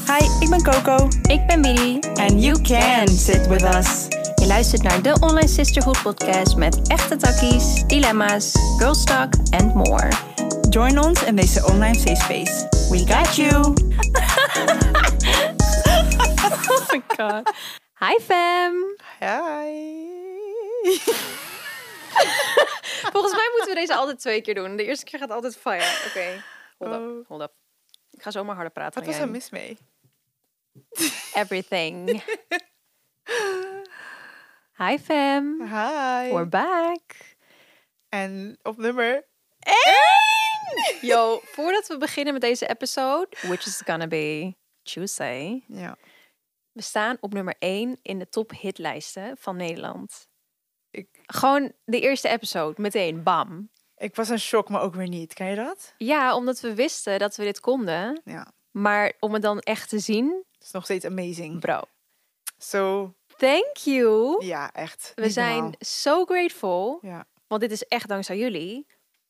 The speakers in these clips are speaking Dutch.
Hi, ik ben Coco. Ik ben Bidi. And you can sit with us. Je luistert naar de Online Sisterhood podcast met echte takkies, dilemma's, girls talk and more. Join ons in deze online safe space. We got you. Oh my god. Hi fam. Hi. Volgens mij moeten we deze altijd 2 keer doen. De eerste keer gaat altijd fire. Oké. Hold up. Ik ga zomaar harder praten. Wat was er mis mee? Everything. Hi fam. Hi. We're back. En op nummer 1! Yo, voordat we beginnen met deze episode, which is gonna be Tuesday. Ja. We staan op nummer 1 in de top hitlijsten van Nederland. Ik Gewoon de eerste episode, meteen, bam. was een shock, maar ook weer niet. Ken je dat? Ja, omdat we wisten dat we dit konden. Ja. Maar om het dan echt te zien, Het is nog steeds amazing. bro. So, Thank you. ja, echt. We Niet zijn normaal. so grateful. Ja. Want dit is echt dankzij jullie.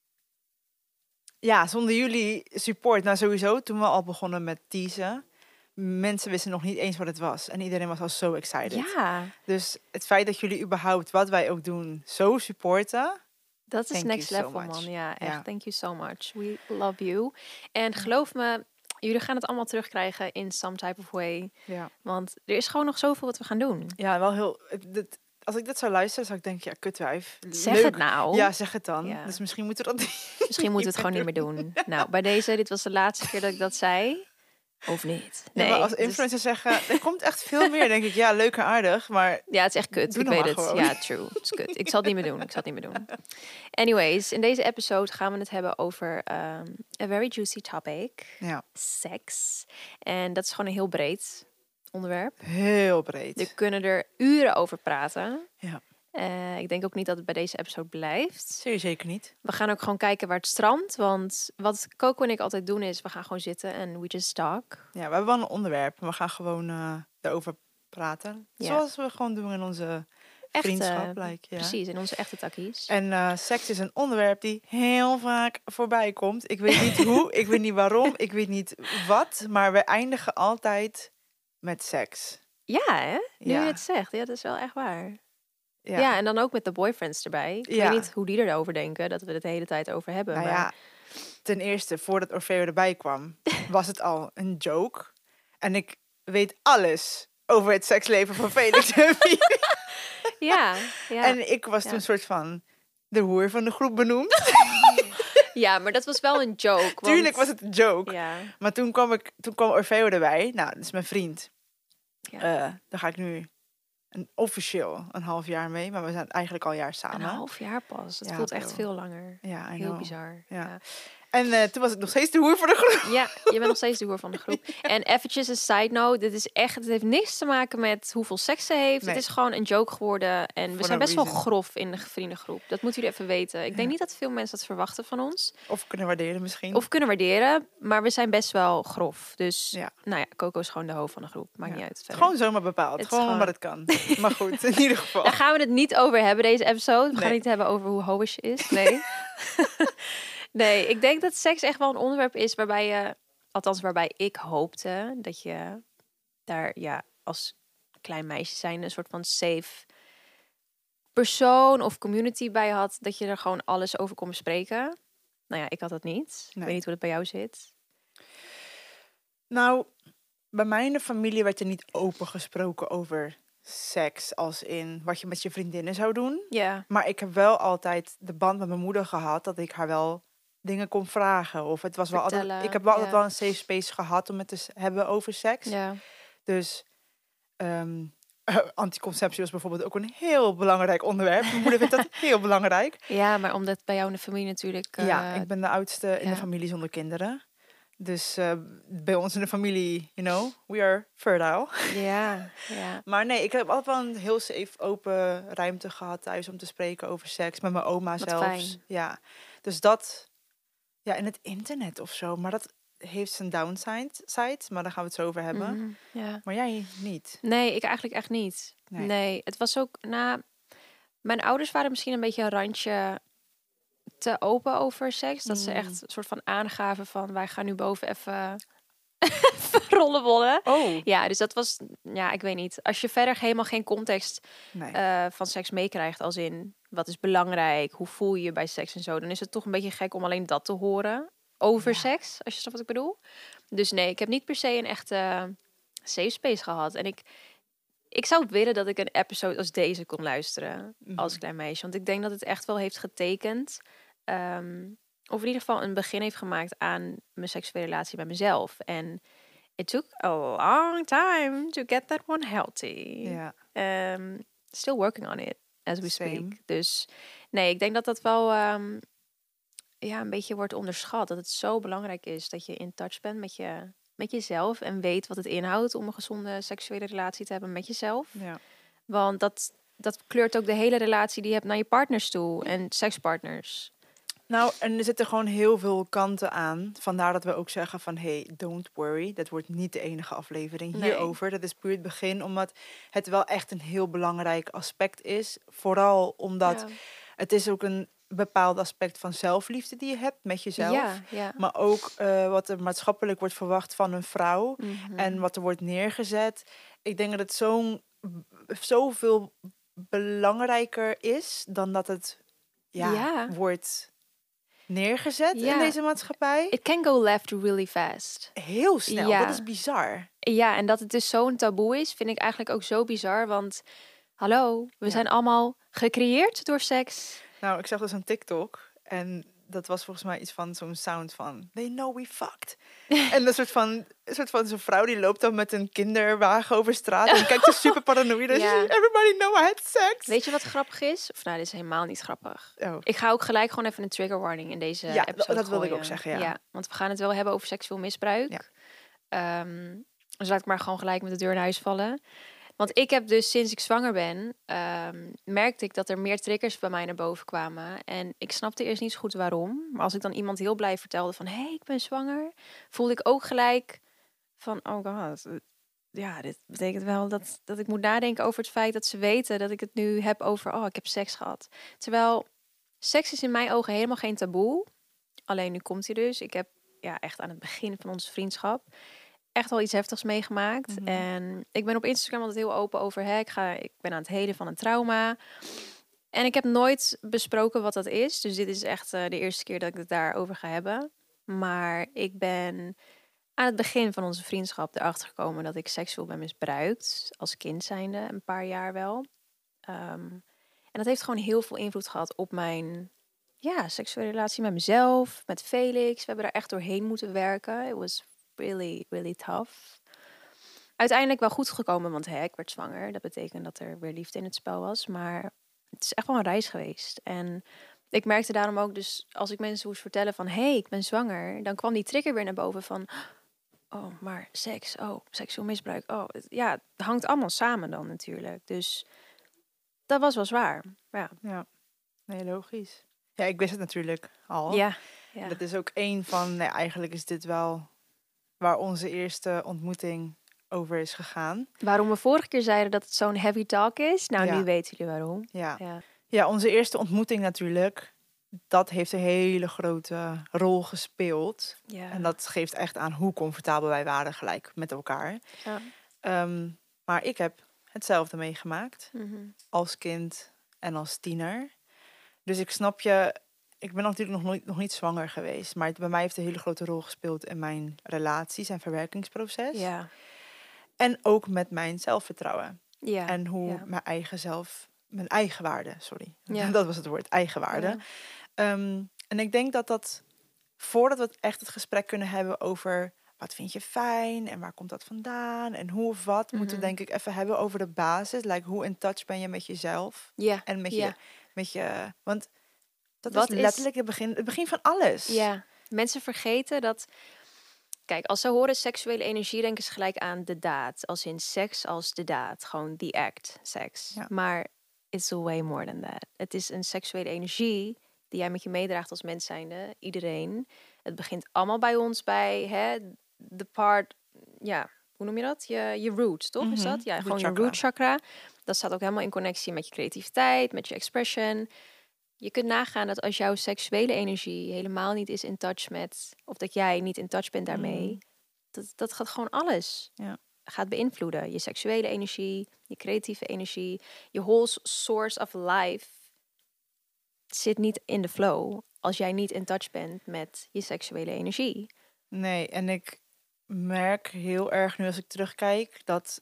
Ja, zonder jullie support. Nou, sowieso, toen we al begonnen met teasen. Mensen wisten nog niet eens wat het was. En iedereen was al zo excited. Ja, Dus het feit dat jullie überhaupt, wat wij ook doen, zo supporten. dat is Thank next you so level, much. man. Ja, echt. Ja. Thank you so much. We love you. En geloof me, jullie gaan het allemaal terugkrijgen in some type of way. Ja, Want er is gewoon nog zoveel wat we gaan doen. ja wel heel... Als ik dit zou luisteren, zou ik denken, ja, kutwijf. Zeg Leuk. het nou. Ja, zeg het dan. Ja. Dus misschien moeten we dat Misschien moeten we het gewoon niet meer doen. Nou, bij deze, dit was de laatste keer dat ik dat zei. Of niet? Nee, Nee. maar als dus- influencers zeggen, er komt echt veel meer, denk ik, ja, leuk en aardig, maar ja, het is echt kut. Doe Ik nog weet maar het. gewoon. Ja, true. Het is kut. Ik zal het niet meer doen. Anyways, in deze episode gaan we het hebben over a very juicy topic. ja, Seks. En dat is gewoon een heel breed onderwerp. heel breed. We kunnen er uren over praten. Ja, Ik denk ook niet dat het bij deze episode blijft. zeker niet. We gaan ook gewoon kijken waar het strandt. Want wat Coco en ik altijd doen is, we gaan gewoon zitten en we just talk. Ja, we hebben wel een onderwerp, maar we gaan gewoon daarover praten. Ja. Zoals we gewoon doen in onze vriendschap, lijkt. Ja. Precies, in onze echte takkies. En seks is een onderwerp die heel vaak voorbij komt. Ik weet niet hoe, ik weet niet waarom, ik weet niet wat, maar we eindigen altijd met seks. Ja, hè? Nu Ja. je het zegt. Ja, dat is wel echt waar. Ja, Ja, en dan ook met de boyfriends erbij. Ik Ja. weet niet hoe die erover denken, dat we het de hele tijd over hebben. nou maar ja, ten eerste, voordat Orfeo erbij kwam, was het al een joke. En ik weet alles over het seksleven van Felix en Phoebe. ja, ja. En ik was toen Ja. een soort van de hoer van de groep benoemd. Ja, maar dat was wel een joke. Want, Tuurlijk was het een joke. Ja, Maar toen kwam Orfeo erbij. Nou, dat is mijn vriend. Ja. Daar ga ik nu officieel een half jaar mee. Maar we zijn eigenlijk al een jaar een samen. half jaar pas. Het Ja, voelt echt bro. veel langer. Ja, I Heel know. bizar. Ja. Ja. En toen was ik nog steeds de hoer voor de groep. Ja, je bent nog steeds de hoer van de groep. En eventjes een side note. Het heeft niks te maken met hoeveel seks ze heeft. Nee. Het is gewoon een joke geworden. En we For zijn no best wel reason. grof in de vriendengroep. Dat moeten jullie even weten. Ik denk niet dat veel mensen dat verwachten van ons. Of kunnen waarderen misschien. Of kunnen waarderen. Maar we zijn best wel grof. Dus, Ja. nou ja, Coco is gewoon de hoofd van de groep. Maakt Ja. niet uit. Het is verder. gewoon zomaar bepaald. Het is Gewoon gewoon- omdat het kan. Maar goed, in ieder geval. Daar gaan we het niet over hebben, deze episode. We gaan Nee. het niet hebben over hoe hoish je is. Nee. Nee, ik denk dat seks echt wel een onderwerp is waarbij ik hoopte dat je daar als klein meisje zijn een soort van safe persoon of community bij had. Dat je er gewoon alles over kon bespreken. Nou ja, ik had dat niet. Ik Nee. weet niet hoe het bij jou zit. Nou, bij mij in de familie werd er niet open gesproken over seks. Als in wat je met je vriendinnen zou doen. Ja, Maar ik heb wel altijd de band met mijn moeder gehad. Dat ik haar wel dingen kon vragen. Of het was wel altijd, Vertellen, ik heb wel altijd ja. wel een safe space gehad om het te hebben over seks. ja. Dus anticonceptie was bijvoorbeeld ook een heel belangrijk onderwerp. Mijn moeder vindt dat heel belangrijk. Ja, maar omdat bij jou in de familie natuurlijk... Ja, ik ben de oudste in ja. de familie zonder kinderen. Dus bij ons in de familie, we are fertile. Ja, ja. Maar nee, ik heb altijd wel een heel safe, open ruimte gehad thuis om te spreken over seks. Met mijn oma Wat zelfs. fijn. Ja, dus dat, ja, in het internet of zo. Maar dat heeft zijn downside, maar daar gaan we het zo over hebben. Mhm, ja. Maar jij niet. Nee, ik eigenlijk echt niet. Nee. Nee, het was ook mijn ouders waren misschien een beetje een randje te open over seks. Dat ze echt een soort van aangaven van wij gaan nu boven even rollenbollen. Oh, Ja, dus dat was, ja, ik weet niet. Als je verder helemaal geen context nee. van seks meekrijgt, als in wat is belangrijk, hoe voel je je bij seks en zo, dan is het toch een beetje gek om alleen dat te horen over Ja. seks, als je snapt wat ik bedoel. Dus nee, ik heb niet per se een echte safe space gehad. En ik zou willen dat ik een episode als deze kon luisteren als klein meisje. Want ik denk dat het echt wel heeft getekend. Of in ieder geval een begin heeft gemaakt aan mijn seksuele relatie met mezelf. En it took a long time to get that one healthy. Ja, Still working on it as we same. speak. Dus nee, ik denk dat dat wel een beetje wordt onderschat. Dat het zo belangrijk is dat je in touch bent met jezelf. En weet wat het inhoudt om een gezonde seksuele relatie te hebben met jezelf. Ja. Want dat kleurt ook de hele relatie die je hebt naar je partners toe. En sekspartners. Nou, en er zitten gewoon heel veel kanten aan. Vandaar dat we ook zeggen van, hey, don't worry. Dat wordt niet de enige aflevering Nee. hierover. Dat is puur het begin, omdat het wel echt een heel belangrijk aspect is. Vooral omdat het is ook een bepaald aspect van zelfliefde die je hebt met jezelf. Ja. Maar ook wat er maatschappelijk wordt verwacht van een vrouw. En wat er wordt neergezet. Ik denk dat het zoveel belangrijker is dan dat het wordt neergezet in deze maatschappij. It can go left really fast. Heel snel, Ja. dat is bizar. Ja, en dat het dus zo'n taboe is, vind ik eigenlijk ook zo bizar. Want hallo, we zijn allemaal gecreëerd door seks. Nou, ik zag dus een TikTok en dat was volgens mij iets van zo'n sound van they know we fucked. En een soort van zo'n vrouw die loopt dan met een kinderwagen over straat en kijkt dus super paranoïde. Ja. Everybody know I had sex. Weet je wat grappig is? Of nou, dit is helemaal niet grappig. Oh. Ik ga ook gelijk gewoon even een trigger warning in deze episode dat wilde ik gooien. ook zeggen, ja. Want we gaan het wel hebben over seksueel misbruik. Ja. Dus laat ik maar gewoon gelijk met de deur in huis vallen. Want ik heb dus sinds ik zwanger ben, merkte ik dat er meer triggers bij mij naar boven kwamen. En ik snapte eerst niet zo goed waarom. Maar als ik dan iemand heel blij vertelde van, hey, ik ben zwanger, voelde ik ook gelijk van, oh god, ja, dit betekent wel dat ik moet nadenken over het feit dat ze weten dat ik het nu heb over, oh, ik heb seks gehad. Terwijl seks is in mijn ogen helemaal geen taboe. Alleen nu komt hij dus. Ik heb echt aan het begin van onze vriendschap echt wel iets heftigs meegemaakt. En ik ben op Instagram altijd heel open over, ik ben aan het helen van een trauma. En ik heb nooit besproken wat dat is. Dus dit is echt de eerste keer dat ik het daarover ga hebben. Maar ik ben aan het begin van onze vriendschap erachter gekomen dat ik seksueel ben misbruikt. Als kind zijnde, een paar jaar wel. En dat heeft gewoon heel veel invloed gehad op mijn seksuele relatie met mezelf, met Felix. We hebben daar echt doorheen moeten werken. It was really, really tough. Uiteindelijk wel goed gekomen, want ik werd zwanger. Dat betekent dat er weer liefde in het spel was. Maar het is echt wel een reis geweest. En ik merkte daarom ook dus, als ik mensen moest vertellen van, hey, ik ben zwanger, dan kwam die trigger weer naar boven van, oh, maar seks, oh, seksueel misbruik, oh, het hangt allemaal samen dan natuurlijk. Dus dat was wel zwaar. Ja, nee, logisch. Ja, ik wist het natuurlijk al. Ja. Dat is ook één van, eigenlijk is dit wel waar onze eerste ontmoeting over is gegaan. Waarom we vorige keer zeiden dat het zo'n heavy talk is. Nou, nu weten jullie waarom. Ja, onze eerste ontmoeting natuurlijk. Dat heeft een hele grote rol gespeeld. Ja. En dat geeft echt aan hoe comfortabel wij waren gelijk met elkaar. Ja. Maar ik heb hetzelfde meegemaakt. Als kind en als tiener. Dus ik snap je. Ik ben natuurlijk nog niet zwanger geweest. Maar bij mij heeft een hele grote rol gespeeld in mijn relaties en verwerkingsproces. Ja. En ook met mijn zelfvertrouwen. Ja. En hoe mijn eigenwaarde, sorry. Ja. Dat was het woord, eigenwaarde. Ja. En ik denk dat voordat we echt het gesprek kunnen hebben over wat vind je fijn en waar komt dat vandaan en hoe of wat, moeten we denk ik even hebben over de basis. Like, hoe in touch ben je met jezelf en met je, want dat wat is letterlijk het begin van alles. Ja, mensen vergeten dat. Kijk, als ze horen seksuele energie, denken ze gelijk aan de daad. Als in seks als de daad. Gewoon the act, seks. Ja. Maar it's way more than that. Het is een seksuele energie die jij met je meedraagt als mens zijnde. Iedereen. Het begint allemaal bij ons bij de part, hoe noem je dat? Je root, toch? Is dat? Ja, gewoon je root chakra. Dat staat ook helemaal in connectie met je creativiteit, met je expression. Je kunt nagaan dat als jouw seksuele energie helemaal niet is in touch met, of dat jij niet in touch bent daarmee, dat gaat gewoon alles. Ja. Gaat beïnvloeden. Je seksuele energie, je creatieve energie, je whole source of life zit niet in de flow als jij niet in touch bent met je seksuele energie. Nee, en ik merk heel erg nu als ik terugkijk dat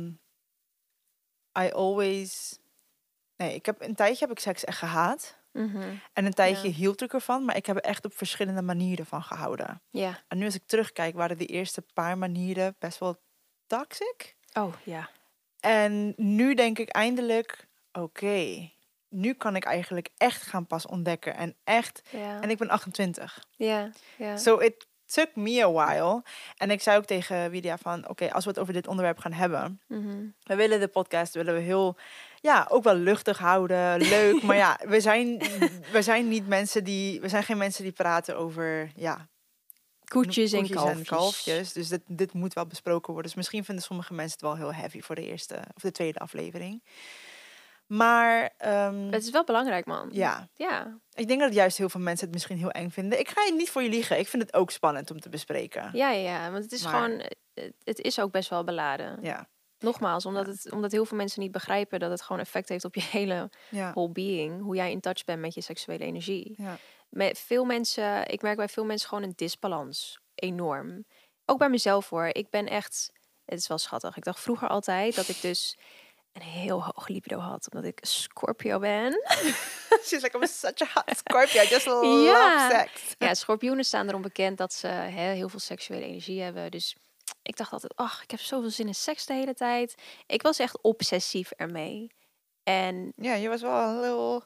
I always... Nee, een tijdje heb ik seks echt gehaat. En een tijdje Ja. hield ik ervan, maar ik heb er echt op verschillende manieren van gehouden. Ja. En nu als ik terugkijk, waren die eerste paar manieren best wel toxic. Oh, ja. En nu denk ik eindelijk, oké, nu kan ik eigenlijk echt gaan pas ontdekken. En echt, Ja. en ik ben 28. Ja. Ja. So it took me a while. En ik zei ook tegen Widia van, oké, als we het over dit onderwerp gaan hebben. We willen de podcast, willen we heel, ja, ook wel luchtig houden, leuk. Maar ja, we zijn niet mensen we zijn geen mensen die praten over, ja, Koetjes en koetjes kalfjes. en kalfjes. Dus dit moet wel besproken worden. Dus misschien vinden sommige mensen het wel heel heavy voor de eerste of de tweede aflevering. Maar Het is wel belangrijk, man. ja, Ja. ik denk dat juist heel veel mensen het misschien heel eng vinden. Ik ga je niet voor je liegen. Ik vind het ook spannend om te bespreken. Ja, want het is Maar- gewoon... Het is ook best wel beladen. Ja, Nogmaals, omdat heel veel mensen niet begrijpen dat het gewoon effect heeft op je hele ja, whole being. Hoe jij in touch bent met je seksuele energie. ja. Met veel mensen, ik merk bij veel mensen gewoon een disbalans. Enorm. Ook bij mezelf hoor. Ik ben echt... Het is wel schattig. Ik dacht vroeger altijd dat ik dus een heel hoog libido had. Omdat ik Scorpio ben. She's like, I'm such a hot Scorpio. I just love Ja. sex. Ja, schorpioenen staan erom bekend dat ze heel veel seksuele energie hebben. Dus ik dacht altijd, ach, ik heb zoveel zin in seks de hele tijd. Ik was echt obsessief ermee. En Ja, je was wel een little...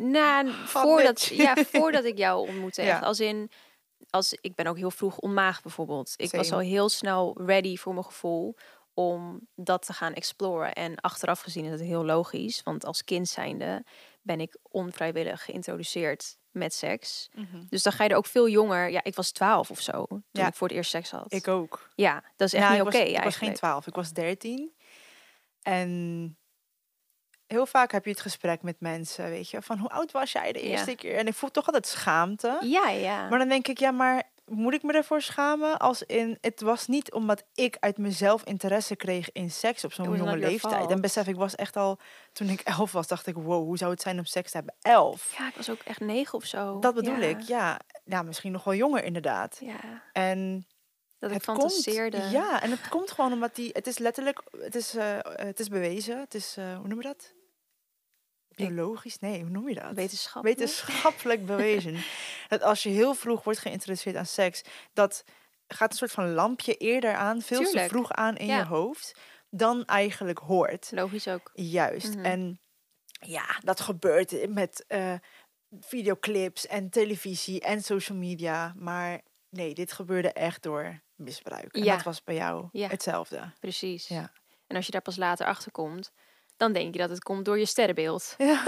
voordat ik jou ontmoette, Ja. echt als ik ben ook heel vroeg ontmaagd bijvoorbeeld. Ik was Same. al heel snel ready voor mijn gevoel om dat te gaan exploren. En achteraf gezien is het heel logisch, want als kind zijnde ben ik onvrijwillig geïntroduceerd met seks. Dus dan ga je er ook veel jonger. Ja, ik was 12 of zo toen Ja. ik voor het eerst seks had. Ik ook. Ja, dat is echt Nou, niet oké ik was geen eigenlijk. 12, ik was 13. En heel vaak heb je het gesprek met mensen, weet je, van hoe oud was jij de eerste keer? En ik voel toch altijd schaamte. Ja. Maar dan denk ik, ja, maar moet ik me ervoor schamen? Als in, het was niet omdat ik uit mezelf interesse kreeg in seks op zo'n It was jonge not your leeftijd. fault. En besef, ik was echt al, toen ik 11 was, dacht ik, wow, hoe zou het zijn om seks te hebben? 11. Ja, ik was ook echt 9 of zo. Dat bedoel Ja. ik, ja. Ja, misschien nog wel jonger inderdaad. Ja, En dat ik het fantaseerde. komt, ja, en het komt gewoon omdat het is letterlijk, het is bewezen, het is, hoe noem je dat? Biologisch? Nee, hoe noem je dat? Wetenschappelijk. Wetenschappelijk bewezen. Dat als je heel vroeg wordt geïntroduceerd aan seks, dat gaat een soort van lampje eerder aan, veel te Tuurlijk. vroeg aan in Ja. je hoofd, dan eigenlijk hoort. Logisch ook. Juist. Mhm. En ja, dat gebeurt met videoclips en televisie en social media. Maar nee, dit gebeurde echt door misbruik. En Ja. dat was bij jou Ja. hetzelfde. Precies. Ja. En als je daar pas later achter komt, dan denk je dat het komt door je sterrenbeeld. Ja.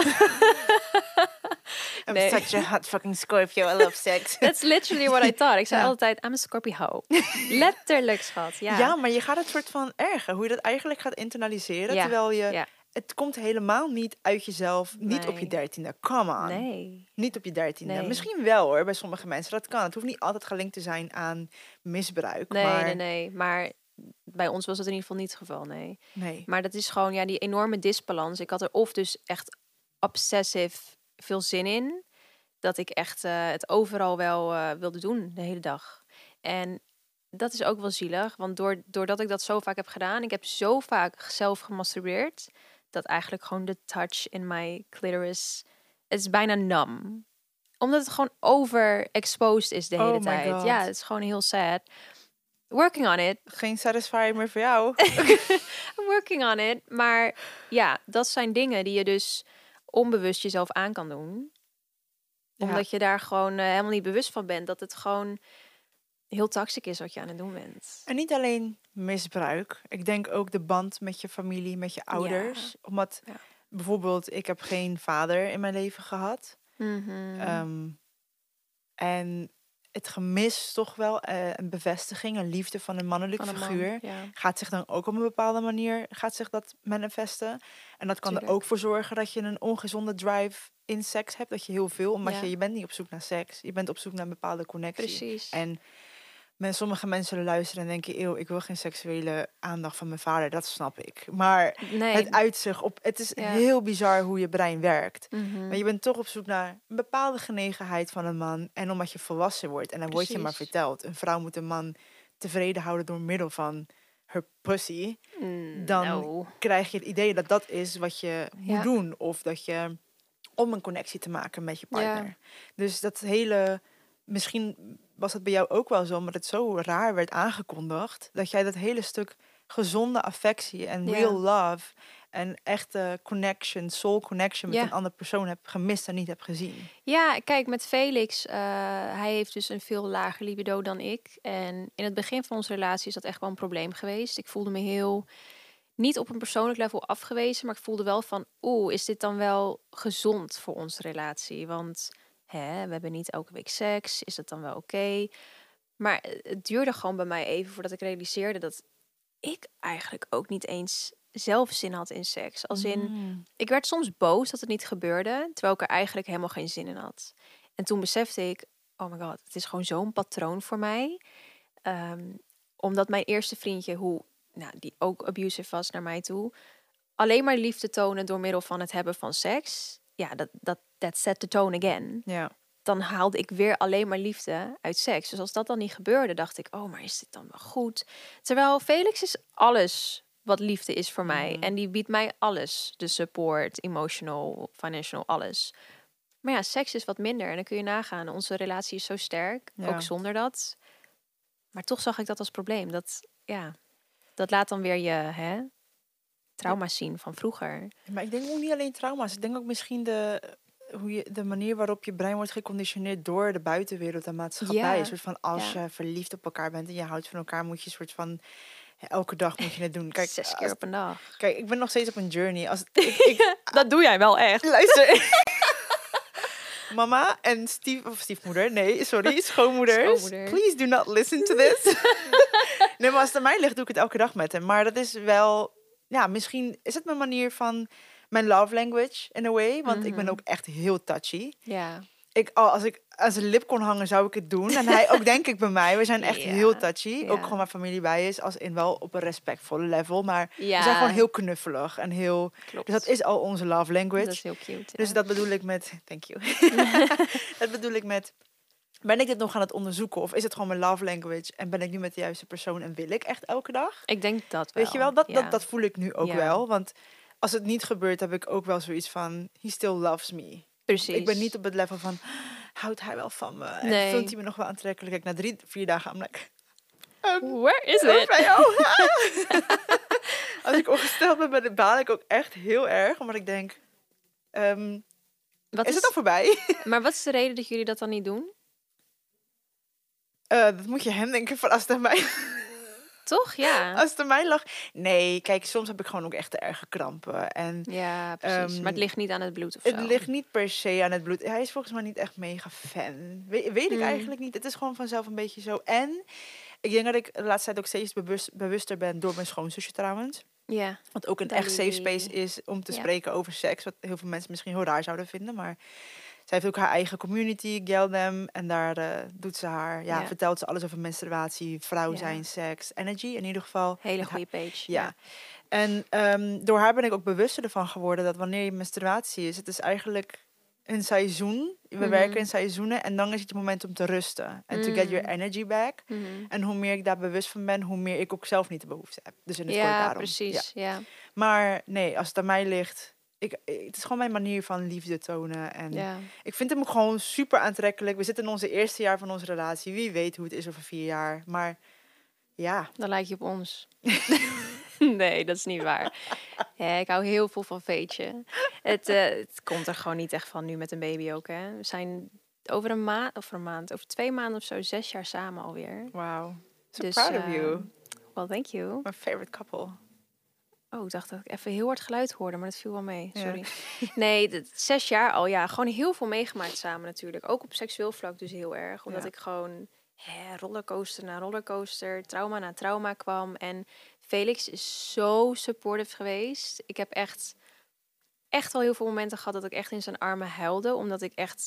I'm Nee. such a hot fucking Scorpio. I love sex. That's literally what I thought. Ik zei Ja. altijd, I'm a Scorpio. Letterlijk, schat. Ja. Ja, maar je gaat het soort van erger. Hoe je dat eigenlijk gaat internaliseren. Ja, Terwijl je... ja. Het komt helemaal niet uit jezelf. Niet op je Nee. 13e. Come on. Nee. Niet op je 13e. Nee. Misschien wel hoor, bij sommige mensen. Dat kan. Het hoeft niet altijd gelinkt te zijn aan misbruik. Nee, maar nee. Maar bij ons was het in ieder geval niet het geval, nee. nee. Maar dat is gewoon, ja, die enorme disbalans. Ik had er of dus echt obsessief veel zin in. Dat ik echt het overal wel wilde doen, de hele dag. En dat is ook wel zielig. Want doordat ik dat zo vaak heb gedaan... Ik heb zo vaak zelf gemasturbeerd... dat eigenlijk gewoon de touch in my clitoris... Het is bijna numb. Omdat het gewoon overexposed is de hele Oh my tijd. God. Ja, het is gewoon heel sad. Working on it. Geen satisfier meer voor jou. I'm working on it. Maar ja, dat zijn dingen die je dus onbewust jezelf aan kan doen. Ja. Omdat je daar gewoon helemaal niet bewust van bent. Dat het gewoon heel toxic is wat je aan het doen bent. En niet alleen misbruik. Ik denk ook de band met je familie, met je ouders. Omdat Ja. bijvoorbeeld, ik heb geen vader in mijn leven gehad. Mhm. En het gemis toch wel een bevestiging, een liefde van een mannelijk Van een man, figuur. ja. Gaat zich dan ook op een bepaalde manier gaat zich dat manifesten. En dat kan er Tuurlijk. ook voor zorgen dat je een ongezonde drive in seks hebt. Dat je heel veel, omdat Ja. je bent niet op zoek naar seks. Je bent op zoek naar een bepaalde connectie. Precies. En sommige mensen zullen luisteren en denken, eeuw, ik wil geen seksuele aandacht van mijn vader, dat snap ik. Maar Nee. het uitzicht op, het is Ja. heel bizar hoe je brein werkt. Mhm. Maar je bent toch op zoek naar een bepaalde genegenheid van een man. En omdat je volwassen wordt, en dan word je maar Precies. verteld, een vrouw moet een man tevreden houden door middel van her pussy. Dan Nou. krijg je het idee dat dat is wat je moet Ja. doen. Of dat je, om een connectie te maken met je partner. Ja. Dus dat hele, misschien was het bij jou ook wel zo, omdat het zo raar werd aangekondigd, dat jij dat hele stuk gezonde affectie en Ja. real love en echte connection, soul connection met Ja. een andere persoon hebt gemist en niet hebt gezien. Ja, kijk, met Felix, hij heeft dus een veel lager libido dan ik. En in het begin van onze relatie is dat echt wel een probleem geweest. Ik voelde me heel, niet op een persoonlijk level afgewezen, maar ik voelde wel van, is dit dan wel gezond voor onze relatie? Want we hebben niet elke week seks, is dat dan wel oké? Maar het duurde gewoon bij mij even voordat ik realiseerde dat ik eigenlijk ook niet eens zelf zin had in seks. Als in, ik werd soms boos dat het niet gebeurde, terwijl ik er eigenlijk helemaal geen zin in had. En toen besefte ik, oh my god, het is gewoon zo'n patroon voor mij. Omdat mijn eerste vriendje, die ook abusive was naar mij toe, alleen maar liefde tonen door middel van het hebben van seks. Ja, that set the tone again. Ja. Dan haalde ik weer alleen maar liefde uit seks. Dus als dat dan niet gebeurde, dacht ik, oh, maar is dit dan wel goed? Terwijl Felix is alles wat liefde is voor mij. En die biedt mij alles. De support, emotional, financial, alles. Maar ja, seks is wat minder. En dan kun je nagaan, onze relatie is zo sterk. Ja. Ook zonder dat. Maar toch zag ik dat als probleem. Dat laat dan weer je trauma's zien van vroeger. Maar ik denk ook niet alleen trauma's. Ik denk ook misschien de manier waarop je brein wordt geconditioneerd door de buitenwereld en maatschappij. Ja. Een soort van, als je verliefd op elkaar bent en je houdt van elkaar, moet je een soort van, elke dag moet je het doen. Kijk, 6 keer op een dag. Kijk, ik ben nog steeds op een journey. Dat doe jij wel echt. Luister. Mama en stiefmoeder, nee, sorry, schoonmoeders. Please do not listen to this. Nee, maar als het aan mij ligt, doe ik het elke dag met hem. Maar dat is wel, ja, misschien is het mijn manier van mijn love language in a way. Want ik ben ook echt heel touchy. Ja. Als ik aan zijn lip kon hangen, zou ik het doen. En hij ook, denk ik, bij mij. We zijn echt heel touchy. Ja. Ook gewoon mijn familie bij is. Als in wel op een respectvolle level. Maar Ja. we zijn gewoon heel knuffelig. En heel... Klopt. Dus dat is al onze love language. Dat is heel cute. Dus dat bedoel ik met... Thank you. Dat bedoel ik met... Ben ik dit nog aan het onderzoeken? Of is het gewoon mijn love language? En ben ik nu met de juiste persoon? En wil ik echt elke dag? Ik denk dat wel. Weet je wel? Dat voel ik nu ook wel. Want als het niet gebeurt, heb ik ook wel zoiets van... He still loves me. Precies. Ik ben niet op het level van... Houdt hij wel van me? En Nee. vindt hij me nog wel aantrekkelijk? Kijk, na 3-4 dagen, I'm like... Where is Bij it? jou? Als ik ongesteld ben, baal ik ook echt heel erg. Omdat ik denk... Wat is het al voorbij? Maar wat is de reden dat jullie dat dan niet doen? Dat moet je hem denken van als het aan mij... Toch? Ja. Als het aan mij lag... Nee, kijk, soms heb ik gewoon ook echt de erge krampen. En Ja, precies. Maar het ligt niet aan het bloed of het zo. ligt niet per se aan het bloed. Hij is volgens mij niet echt mega fan. Weet ik eigenlijk niet. Het is gewoon vanzelf een beetje zo. En ik denk dat ik de laatste tijd ook steeds bewuster ben door mijn schoonzusje trouwens. Ja. Wat ook een echt safe space is om te spreken over seks. Wat heel veel mensen misschien heel raar zouden vinden. Maar zij heeft ook haar eigen community, Geldem. En daar doet ze vertelt ze alles over menstruatie, vrouw zijn, seks, energy in ieder geval. Hele goede page. Ja. En door haar ben ik ook bewuster ervan geworden dat wanneer je menstruatie is, het is eigenlijk een seizoen. We werken in seizoenen en dan is het je moment om te rusten. En to get your energy back. En hoe meer ik daar bewust van ben, hoe meer ik ook zelf niet de behoefte heb. Dus in het kort daarom. Precies. Ja. Maar nee, als het aan mij ligt, het is gewoon mijn manier van liefde tonen. En ik vind hem ook gewoon super aantrekkelijk. We zitten in onze eerste jaar van onze relatie. Wie weet hoe het is over 4 jaar. Maar ja. Dan lijk je op ons. Nee, dat is niet waar. Ja, ik hou heel veel van Veetje. Het komt er gewoon niet echt van nu met een baby ook, hè. We zijn over 2 maanden of zo 6 jaar samen alweer. Wow. So Dus, proud of you. Well, thank you. My favorite couple. Oh, ik dacht dat ik even heel hard geluid hoorde, maar dat viel wel mee. Sorry. Nee, 6 jaar al. Ja, gewoon heel veel meegemaakt samen natuurlijk. Ook op seksueel vlak dus heel erg. Omdat ik gewoon rollercoaster na rollercoaster, trauma na trauma kwam. En Felix is zo supportive geweest. Ik heb echt wel heel veel momenten gehad dat ik echt in zijn armen huilde. Omdat ik echt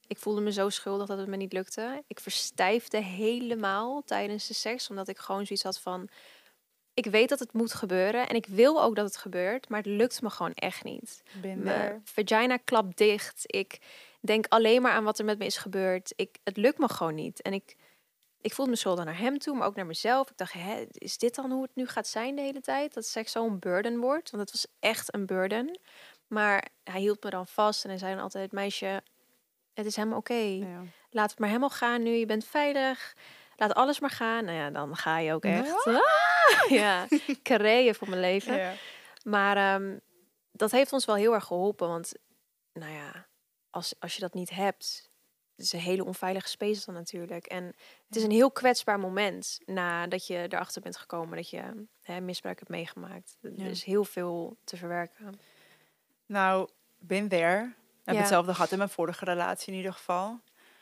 Ik voelde me zo schuldig dat het me niet lukte. Ik verstijfde helemaal tijdens de seks, omdat ik gewoon zoiets had van... Ik weet dat het moet gebeuren en ik wil ook dat het gebeurt, maar het lukt me gewoon echt niet. Been Mijn there. vagina klapt dicht. Ik denk alleen maar aan wat er met me is gebeurd. Het lukt me gewoon niet. En ik voelde me schuldig naar hem toe, maar ook naar mezelf. Ik dacht, is dit dan hoe het nu gaat zijn de hele tijd? Dat seks zo'n burden wordt. Want het was echt een burden. Maar hij hield me dan vast en hij zei dan altijd... Meisje, het is helemaal oké. Ja. Laat het maar helemaal gaan nu. Je bent veilig. Laat alles maar gaan. Nou ja, dan ga je ook echt. Ja, carré voor mijn leven. Ja. Maar dat heeft ons wel heel erg geholpen. Want nou ja, als je dat niet hebt... Het is een hele onveilige space dan natuurlijk. En het is een heel kwetsbaar moment... nadat je erachter bent gekomen... dat je misbruik hebt meegemaakt. Er is heel veel te verwerken. Nou, been there. Ik heb Ja. hetzelfde gehad in mijn vorige relatie in ieder geval.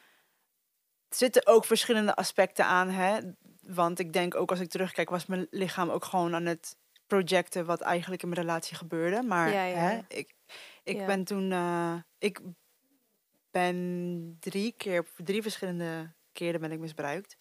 Er zitten ook verschillende aspecten aan, hè. Want ik denk ook als ik terugkijk... was mijn lichaam ook gewoon aan het projecten... wat eigenlijk in mijn relatie gebeurde. Maar Ja, ja. hè, ik Ja. ben toen... ik ben 3 verschillende keren ben ik misbruikt.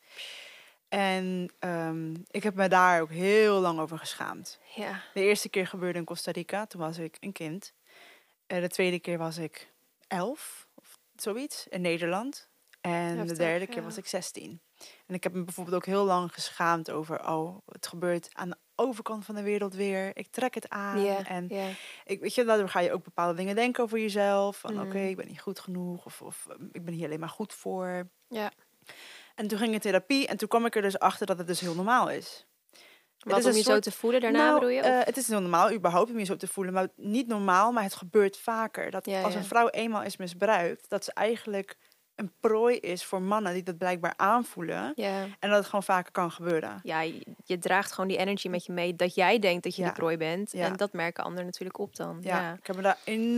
En ik heb me daar ook heel lang over geschaamd. Ja. De eerste keer gebeurde in Costa Rica. Toen was ik een kind. De tweede keer was ik 11 of zoiets in Nederland. En Heftig, de derde keer ja. was ik 16. En ik heb me bijvoorbeeld ook heel lang geschaamd over... oh, het gebeurt aan de overkant van de wereld weer. Ik trek het aan. Ja, En ja. weet je, daardoor ga je ook bepaalde dingen denken over jezelf. Van Mhm. oké, ik ben niet goed genoeg. Of ik ben hier alleen maar goed voor. Ja. En toen ging ik in therapie. En toen kwam ik er dus achter dat het dus heel normaal is. Wat is om een je zo soort- te voelen daarna Nou, bedoel je? Of- het is heel normaal überhaupt om je zo te voelen. Maar niet normaal, maar het gebeurt vaker. Dat Ja, als ja. een vrouw eenmaal is misbruikt... dat ze eigenlijk een prooi is voor mannen die dat blijkbaar aanvoelen. ja. En dat het gewoon vaker kan gebeuren. Ja, je draagt gewoon die energy met je mee dat jij denkt dat je Ja. de prooi bent. Ja. En dat merken anderen natuurlijk op dan. Ja, Ja. ik heb me daar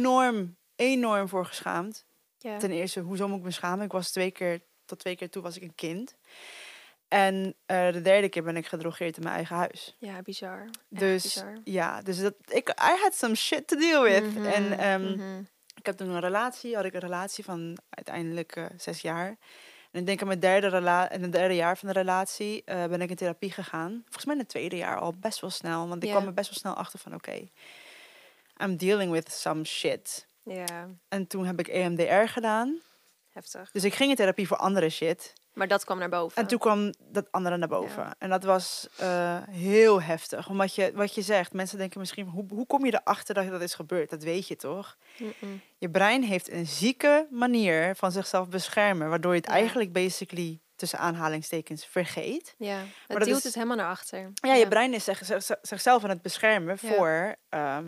enorm voor geschaamd. Ja. Ten eerste, hoezo moet ik me schamen? Ik was 2 keer, tot 2 keer toe was ik een kind. En de derde keer ben ik gedrogeerd in mijn eigen huis. Ja, bizar. Echt Dus bizar. ja, dus I had some shit to deal with. Mhm, En mhm. ik heb toen had ik een relatie van uiteindelijk 6 jaar. En ik denk in het derde jaar van de relatie ben ik in therapie gegaan. Volgens mij in het tweede jaar al best wel snel. Want ik Ja. kwam er best wel snel achter van oké, I'm dealing with some shit. Ja, En toen heb ik EMDR gedaan. heftig. Dus ik ging in therapie voor andere shit. Maar dat kwam naar boven. En toen kwam dat andere naar boven. Ja. En dat was heel heftig. Omdat wat je zegt, mensen denken misschien... Hoe kom je erachter dat dat is gebeurd? Dat weet je toch? Mm-mm. Je brein heeft een zieke manier van zichzelf beschermen... waardoor je het Ja. eigenlijk basically, tussen aanhalingstekens, vergeet. Ja, dat het duwt is- het helemaal naar achter. Ja, je brein is zichzelf aan het beschermen Ja. voor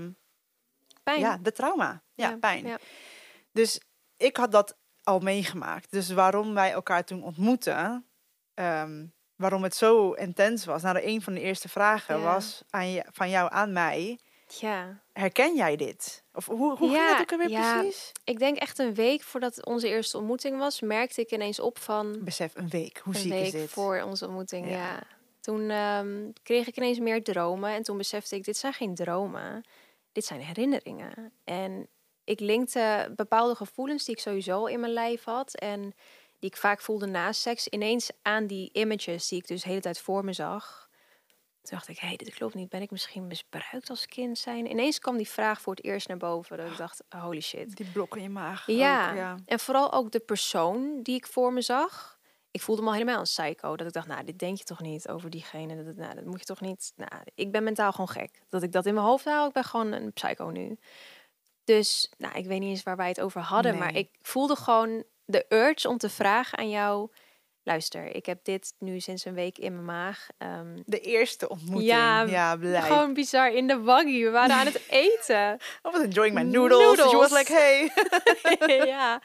Pijn. ja, de trauma. Ja, pijn. Ja. Dus ik had dat al meegemaakt. Dus waarom wij elkaar toen ontmoetten, waarom het zo intens was. Nou, een van de eerste vragen Ja. was van jou aan mij. Ja. Herken jij dit? Of hoe ging Ja, dat ook alweer ja. precies? Ik denk echt een week voordat onze eerste ontmoeting was, merkte ik ineens op van Besef, een week. Hoe een ziek week is dit? voor onze ontmoeting. Ja. Ja. Toen kreeg ik ineens meer dromen en toen besefte ik, dit zijn geen dromen, dit zijn herinneringen. En ik linkte bepaalde gevoelens die ik sowieso in mijn lijf had en die ik vaak voelde na seks, ineens aan die images die ik dus de hele tijd voor me zag. Toen dacht ik, dit klopt niet. Ben ik misschien misbruikt als kind zijn? Ineens kwam die vraag voor het eerst naar boven. Dat ik dacht, holy shit. Die blok in je maag. Ja. Ook, ja. En vooral ook de persoon die ik voor me zag. Ik voelde me al helemaal een psycho. Dat ik dacht, nou, dit denk je toch niet over diegene. Dat moet je toch niet... Nou, ik ben mentaal gewoon gek. Dat ik dat in mijn hoofd haal. Ik ben gewoon een psycho nu. Dus, nou, ik weet niet eens waar wij het over hadden. Nee. Maar ik voelde gewoon de urge om te vragen aan jou... Luister, ik heb dit nu sinds een week in mijn maag. De eerste ontmoeting. Ja, Ja, blij. Gewoon bizar in de waggie. We waren aan het eten. I was enjoying my noodles. So she was like, hey. Ja.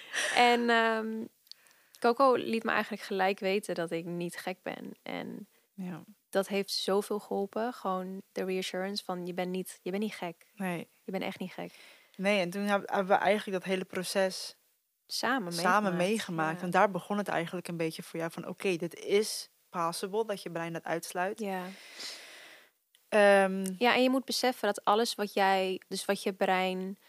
En Coco liet me eigenlijk gelijk weten dat ik niet gek ben. En Ja, dat heeft zoveel geholpen. Gewoon de reassurance van je bent niet gek. nee. Je bent echt niet gek. Nee, en toen hebben we eigenlijk dat hele proces samen meegemaakt. Ja. Want daar begon het eigenlijk een beetje voor jou van... oké, dit is possible, dat je brein dat uitsluit. Ja. Ehm, Ja, en je moet beseffen dat alles wat je brein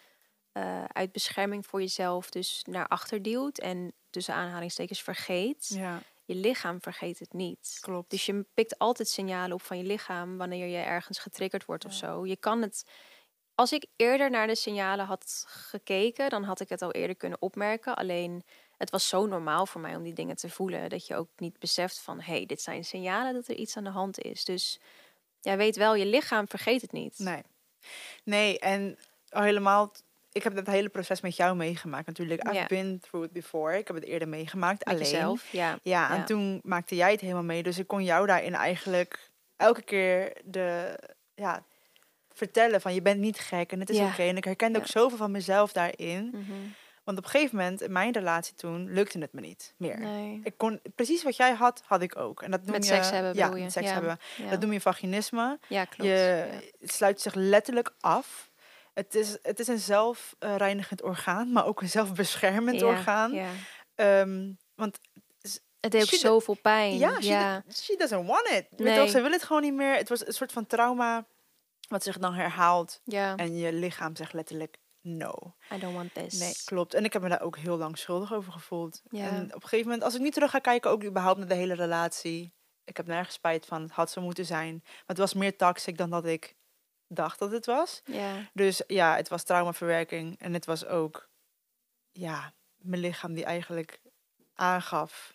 uit bescherming voor jezelf dus naar achter duwt en tussen aanhalingstekens vergeet. Ja, Je lichaam vergeet het niet. klopt. Dus je pikt altijd signalen op van je lichaam wanneer je ergens getriggerd wordt of Ja. zo. Je kan het. Als ik eerder naar de signalen had gekeken, dan had ik het al eerder kunnen opmerken. Alleen het was zo normaal voor mij om die dingen te voelen dat je ook niet beseft van hé, dit zijn signalen dat er iets aan de hand is. Dus ja, weet wel, je lichaam vergeet het niet. Nee, en al helemaal... Ik heb dat hele proces met jou meegemaakt natuurlijk. I've Ja. been through it before. Ik heb het eerder meegemaakt, Met alleen. jezelf. Ja. Ja, en Ja. toen maakte jij het helemaal mee. Dus ik kon jou daarin eigenlijk elke keer vertellen van je bent niet gek en het is Ja. oké. En ik herkende ook Ja. zoveel van mezelf daarin. Mhm. Want op een gegeven moment, in mijn relatie toen, lukte het me niet meer. Nee. Ik kon, precies wat jij had ik ook. En dat noem Met je, seks hebben ja, bedoel je? met seks Ja. hebben. Ja. Dat noem je vaginisme. Ja, klopt. Het sluit zich letterlijk af. Het is een zelfreinigend orgaan, maar ook een zelfbeschermend Ja. orgaan. Ja. Want Het deed ook She- zoveel pijn. ja, Ja. she doesn't want it. Weet je Nee. wel, ze wil het gewoon niet meer. Het was een soort van trauma wat zich dan herhaalt. Ja. En je lichaam zegt letterlijk no. I don't want this. Nee, klopt. En ik heb me daar ook heel lang schuldig over gevoeld. Ja. En op een gegeven moment, als ik nu terug ga kijken, ook überhaupt naar de hele relatie. Ik heb nergens spijt van, het had zo moeten zijn. Maar het was meer toxic dan dat ik dacht dat het was. Ja. Dus ja, het was traumaverwerking. En het was ook, ja, mijn lichaam die eigenlijk aangaf...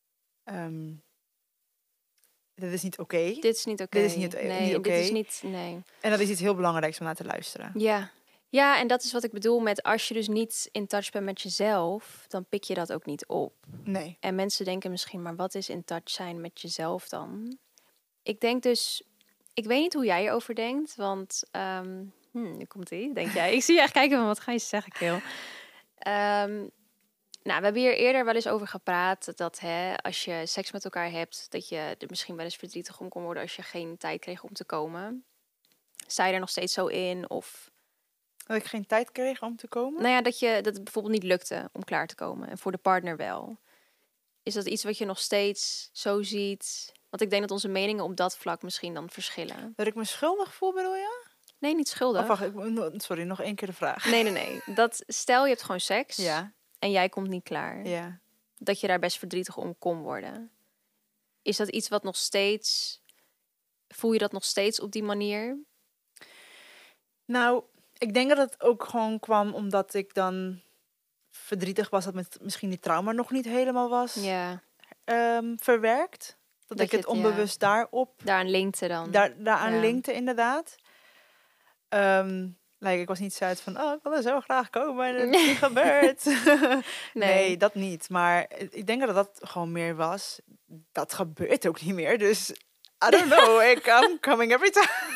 dit is niet oké. Dit is niet oké. Dit is niet Nee, oké. dit is niet... Nee. En dat is iets heel belangrijks om naar te luisteren. Ja. Ja, en dat is wat ik bedoel met als je dus niet in touch bent met jezelf, dan pik je dat ook niet op. Nee. En mensen denken misschien, maar wat is in touch zijn met jezelf dan? Ik denk dus, ik weet niet hoe jij erover denkt, want nu komt ie, denk jij. Ik zie je echt kijken van, wat ga je zeggen, Kil? Nou, we hebben hier eerder wel eens over gepraat dat als je seks met elkaar hebt, dat je er misschien wel eens verdrietig om kon worden als je geen tijd kreeg om te komen. Sta je er nog steeds zo in? Of Dat ik geen tijd kreeg om te komen? nou ja, dat het bijvoorbeeld niet lukte om klaar te komen. En voor de partner wel. Is dat iets wat je nog steeds zo ziet? Want ik denk dat onze meningen op dat vlak misschien dan verschillen. Dat ik me schuldig voel, bedoel je? Nee, niet schuldig. Of wacht, sorry, nog één keer de vraag. Nee. Stel je hebt gewoon seks Ja, en jij komt niet klaar. ja. Dat je daar best verdrietig om kon worden. Is dat iets wat nog steeds... Voel je dat nog steeds op die manier? Nou, ik denk dat het ook gewoon kwam omdat ik dan verdrietig was dat misschien die trauma nog niet helemaal was Ja, verwerkt. Dat ik je het het, ja. onbewust daarop daaraan linkte dan. daaraan Ja. linkte, inderdaad. Ik was niet zo uit van, ik wil er zo graag komen en het is niet gebeurd. Nee, dat niet. Maar ik denk dat dat gewoon meer was. Dat gebeurt ook niet meer, dus I don't know. I'm coming every time.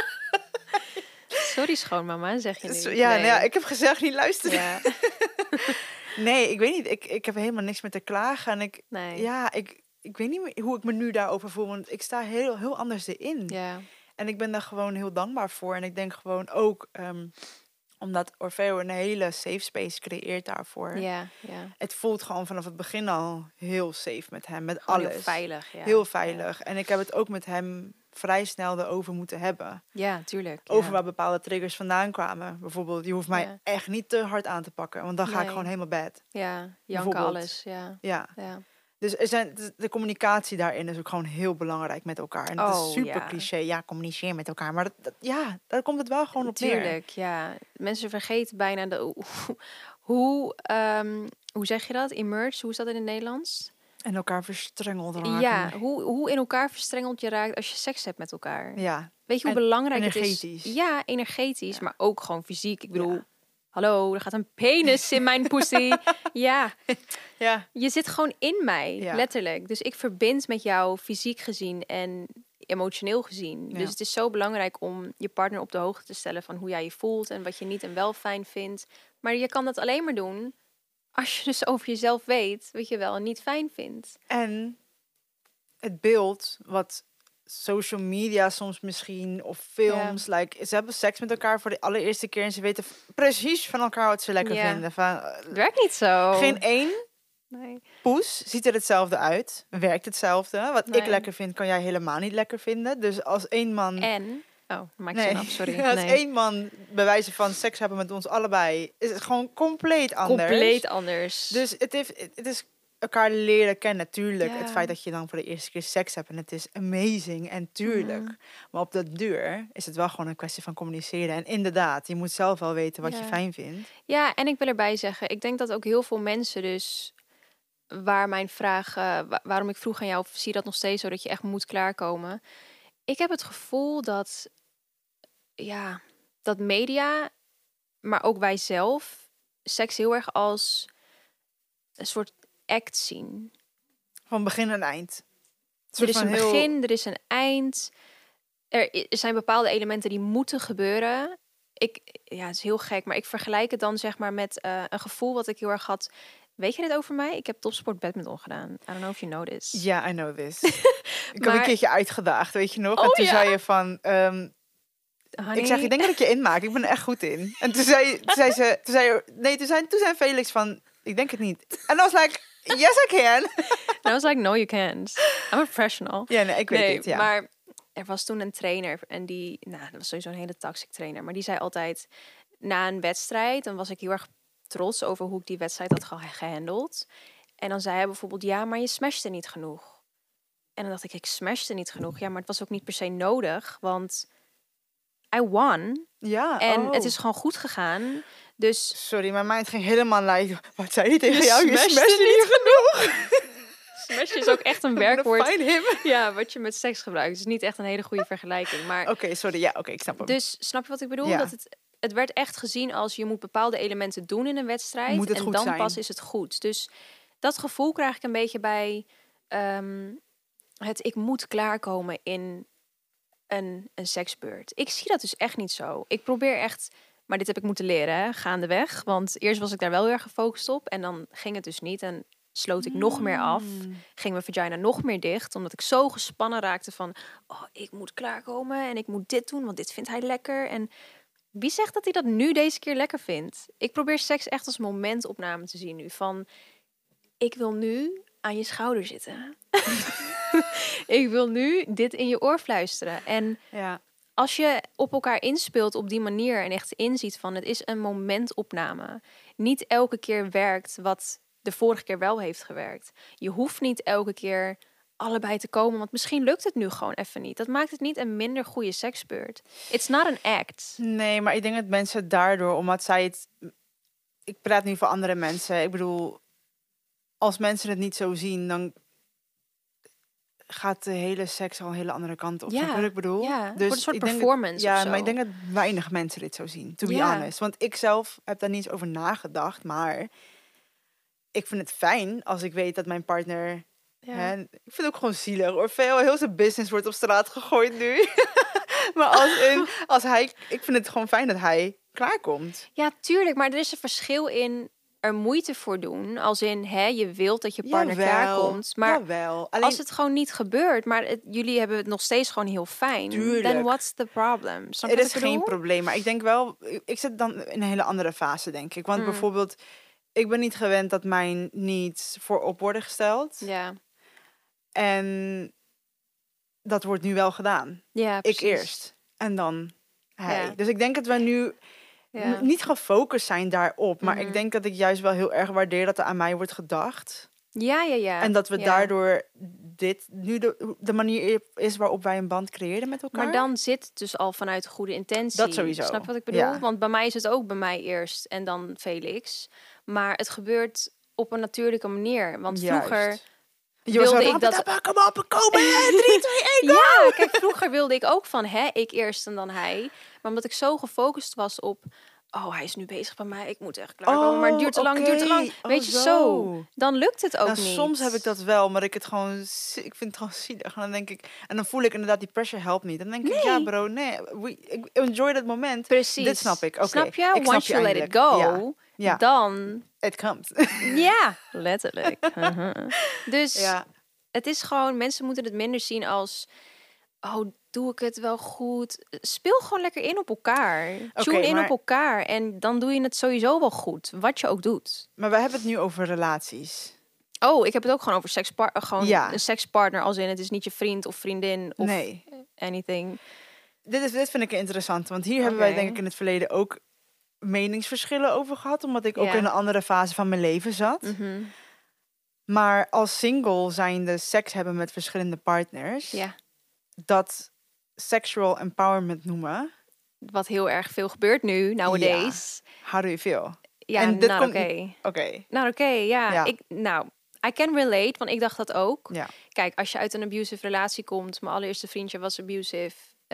Sorry schoonmama, zeg je nu. Ja, Nee. nou ja, ik heb gezegd niet luisteren. Ja. Nee, ik weet niet. Ik heb helemaal niks met te klagen. En Nee. ik weet niet meer hoe ik me nu daarover voel. Want ik sta heel anders erin. Ja. En ik ben daar gewoon heel dankbaar voor. En ik denk gewoon ook, omdat Orfeo een hele safe space creëert daarvoor. Ja. Het voelt gewoon vanaf het begin al heel safe met hem. Met Gewoon alles. heel veilig. Ja. Heel veilig. En ik heb het ook met hem vrij snel erover moeten hebben. Ja, tuurlijk. Over ja. waar bepaalde triggers vandaan kwamen. Bijvoorbeeld, je hoeft mij Ja. echt niet te hard aan te pakken. Want dan ga ik Nee. gewoon helemaal bad. Ja, janken Bijvoorbeeld. alles. Ja. Ja. Ja. Dus de communicatie daarin is ook gewoon heel belangrijk met elkaar. En dat is super ja. cliché. Ja, communiceer met elkaar. Maar daar komt het wel gewoon op neer. Tuurlijk, ja. Mensen vergeten bijna hoe zeg je dat? Emerge, hoe is dat in het Nederlands? En elkaar verstrengeld raken. Ja, hoe in elkaar verstrengeld je raakt als je seks hebt met elkaar. Ja. Weet je hoe En belangrijk het energetisch. is? Ja, energetisch, Ja. maar ook gewoon fysiek. Ik bedoel, Ja. hallo, er gaat een penis in mijn pussy. Ja, Ja. je zit gewoon in mij, Ja. letterlijk. Dus ik verbind met jou fysiek gezien en emotioneel gezien. Ja. Dus het is zo belangrijk om je partner op de hoogte te stellen van hoe jij je voelt en wat je niet en wel fijn vindt. Maar je kan dat alleen maar doen als je dus over jezelf weet wat je wel en niet fijn vindt. En het beeld wat social media soms misschien, of films, ze hebben seks met elkaar voor de allereerste keer en ze weten precies van elkaar wat ze lekker Ja. vinden. Van, Het werkt niet zo. geen één Nee. poes ziet er hetzelfde uit, werkt hetzelfde. Wat ik Nee. lekker vind, kan jij helemaal niet lekker vinden. Dus als één man... En Oh, maak je Nee. zin af, sorry. Als Nee. één man bij wijze van seks hebben met ons allebei, is het gewoon compleet anders. Compleet anders. Dus het is elkaar leren kennen, natuurlijk. Ja. Het feit dat je dan voor de eerste keer seks hebt en het is amazing en tuurlijk. Mhm. Maar op de duur is het wel gewoon een kwestie van communiceren. En inderdaad, je moet zelf wel weten wat je Ja. fijn vindt. Ja, en ik wil erbij zeggen, ik denk dat ook heel veel mensen dus, waar mijn vraag, waarom ik vroeg aan jou, of zie je dat nog steeds zo, dat je echt moet klaarkomen? Ik heb het gevoel dat, ja, dat media, maar ook wij zelf, seks heel erg als een soort act zien. Van begin en eind. Er is een begin, er is een eind. Er zijn bepaalde elementen die moeten gebeuren. Het is heel gek, maar ik vergelijk het dan zeg maar met een gevoel wat ik heel erg had. Weet je dit over mij? Ik heb topsport badminton gedaan. I don't know if you know this. Ja, I know this. Ik heb Maar- een keertje uitgedaad, weet je nog? Oh, en toen ja. zei je van... Honey. ik zeg, ik denk dat ik je inmaak. Ik ben er echt goed in. En toen zei Felix van... Ik denk het niet. En dan was like, yes I can. And I was like, no you can't. I'm a professional. Ja, nee, ik weet het, ja. Maar er was toen een trainer en dat was sowieso een hele toxic trainer. Maar die zei altijd, na een wedstrijd, dan was ik heel erg trots over hoe ik die wedstrijd had gehandeld. En dan zei hij bijvoorbeeld, ja, maar je smashte niet genoeg. En dan dacht ik smashte niet genoeg. Ja, maar het was ook niet per se nodig, want I won. Ja, En oh. het is gewoon goed gegaan. Dus Sorry, mijn mind ging helemaal like... Wat zei hij tegen Je jou? Je smashte smashte niet genoeg. smash is ook echt een I'm gonna werkwoord. find him. Ja, wat je met seks gebruikt. Dus niet echt een hele goede vergelijking. Maar Oké, sorry. Ja, oké, ik snap hem. dus snap je wat ik bedoel? Ja. Dat het werd echt gezien als je moet bepaalde elementen doen in een wedstrijd. Moet het en goed dan zijn. pas is het goed. Dus dat gevoel krijg ik een beetje bij het ik moet klaarkomen in een seksbeurt. Ik zie dat dus echt niet zo. Ik probeer echt, maar dit heb ik moeten leren, hè, gaandeweg. Want eerst was ik daar wel heel erg gefocust op. En dan ging het dus niet. En sloot ik nog meer af. Ging mijn vagina nog meer dicht. Omdat ik zo gespannen raakte van... Oh, ik moet klaarkomen en ik moet dit doen, want dit vindt hij lekker. En wie zegt dat hij dat nu deze keer lekker vindt? Ik probeer seks echt als momentopname te zien nu. Van, ik wil nu aan je schouder zitten. Ik wil nu dit in je oor fluisteren. En Ja. als je op elkaar inspeelt op die manier en echt inziet van het is een momentopname. Niet elke keer werkt wat de vorige keer wel heeft gewerkt. Je hoeft niet elke keer allebei te komen, want misschien lukt het nu gewoon even niet. Dat maakt het niet een minder goede seksbeurt. It's not an act. Nee, maar ik denk dat mensen daardoor, omdat zij het... Ik praat nu voor andere mensen. Ik bedoel, als mensen het niet zo zien, dan gaat de hele seks al een hele andere kant op. Ja, Snap je wat ik bedoel? ja, het wordt een soort ik denk performance ja, of zo. maar ik denk dat weinig mensen dit zo zien, to be Ja. honest. Want ik zelf heb daar niet eens over nagedacht, maar ik vind het fijn als ik weet dat mijn partner... Ja. Hè, ik vind het ook gewoon zielig hoor. Heel zijn business wordt op straat gegooid nu. Maar als hij... Ik vind het gewoon fijn dat hij klaarkomt. Ja, tuurlijk, maar er is een verschil in er moeite voor doen. Als in, je wilt dat je partner klaarkomt. Maar Jawel. Alleen, als het gewoon niet gebeurt, maar jullie hebben het nog steeds gewoon heel fijn. Tuurlijk. Then what's the problem? Snap je er wat is ik geen bedoel? probleem. Maar ik denk wel... Ik zit dan in een hele andere fase, denk ik. Want bijvoorbeeld... Ik ben niet gewend dat mijn needs voorop worden gesteld. Ja, En dat wordt nu wel gedaan. ja, Ik precies. eerst. En dan hij. Ja. Dus ik denk dat we nu Ja. niet gefocust zijn daarop. Maar Mhm. ik denk dat ik juist wel heel erg waardeer dat er aan mij wordt gedacht. Ja. En dat we Ja. daardoor dit nu de manier is waarop wij een band creëren met elkaar. Maar dan zit het dus al vanuit goede intentie. Dat sowieso. Snap je wat ik bedoel? Ja. Want bij mij is het ook bij mij eerst en dan Felix. Maar het gebeurt op een natuurlijke manier. Want vroeger... Je was wilde zo, ik dat- Kom op, komen. 3, 2, 1, go! Ja, kijk, vroeger wilde ik ook van, ik eerst en dan hij. Maar omdat ik zo gefocust was op, hij is nu bezig bij mij, ik moet echt klaarkomen. Maar het duurt te lang, het duurt te lang. oké. Weet je, zo. Dan lukt het ook Nou, niet. soms heb ik dat wel, maar ik vind het gewoon zielig. En dan denk ik, en dan voel ik inderdaad die pressure helpt niet. Dan denk ik, ja bro, nee, ik enjoy dat moment. Precies. Dit snap ik. Oké, Snap je? ik snap Once je you let it eindelijk. go, Ja. dan... It comes. Ja, letterlijk. Dus Ja. het is gewoon, mensen moeten het minder zien als, doe ik het wel goed? Speel gewoon lekker in op elkaar. Tune in maar- op elkaar. En dan doe je het sowieso wel goed. Wat je ook doet. Maar we hebben het nu over relaties. Oh, ik heb het ook gewoon over gewoon Ja. een sekspartner. Als in, het is niet je vriend of vriendin of Nee. anything. dit vind ik interessant. Want hier hebben wij denk ik in het verleden ook meningsverschillen over gehad. Omdat ik ook in een andere fase van mijn leven zat. Mhm. Maar als single zijnde seks hebben met verschillende partners. Ja. Dat sexual empowerment noemen. Wat heel erg veel gebeurt nu, nowadays. How do you feel? Ja, En dit not komt- oké. Oké. Nou, oké, ja. Ja. I can relate, want ik dacht dat ook. Ja. Kijk, als je uit een abusive relatie komt, mijn allereerste vriendje was abusive.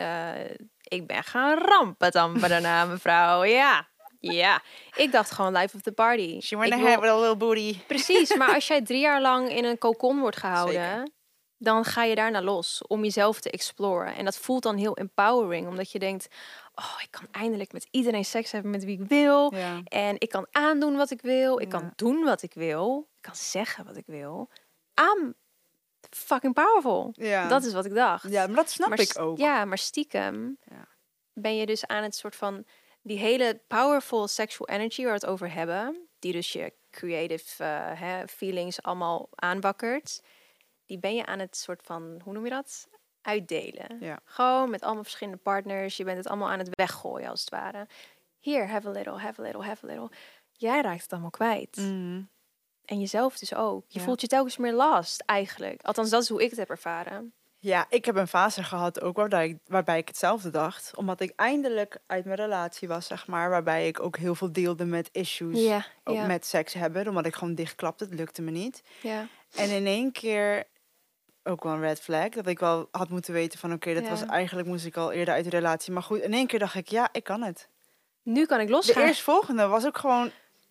Ik ben gaan rampen daarna, mevrouw. Ja. Ja. Ik dacht gewoon life of the party. She wanna Ik wil- have a little booty. Precies, maar als jij 3 jaar lang in een cocon wordt gehouden, Zeker. dan ga je daarna los om jezelf te exploren. En dat voelt dan heel empowering, omdat je denkt, oh, ik kan eindelijk met iedereen seks hebben met wie ik wil. Ja. En ik kan aandoen wat ik wil. Ik Ja. kan doen wat ik wil. Ik kan zeggen wat ik wil. I'm fucking powerful. Ja. Dat is wat ik dacht. Ja, maar dat snap maar ik ook. Ja, maar stiekem Ja. ben je dus aan het soort van die hele powerful sexual energy waar we het over hebben, die dus je creative feelings allemaal aanwakkert, die ben je aan het soort van, hoe noem je dat? Uitdelen. Ja. Gewoon met allemaal verschillende partners. Je bent het allemaal aan het weggooien als het ware. Hier, have a little, have a little, have a little. Jij raakt het allemaal kwijt. Mhm. En jezelf dus ook. Je Ja. voelt je telkens meer last, eigenlijk. Althans, dat is hoe ik het heb ervaren. Ja, ik heb een fase gehad ook waarbij ik hetzelfde dacht. Omdat ik eindelijk uit mijn relatie was, zeg maar. Waarbij ik ook heel veel deelde met issues. Ja, Ook ja, met seks hebben. Omdat ik gewoon dichtklapte. Het lukte me niet. ja. En in één keer, ook wel een red flag. Dat ik wel had moeten weten van oké, dat Ja. was eigenlijk moest ik al eerder uit de relatie. Maar goed, in één keer dacht ik, ja, ik kan het. Nu kan ik De losgaan. eerstvolgende was ook gewoon...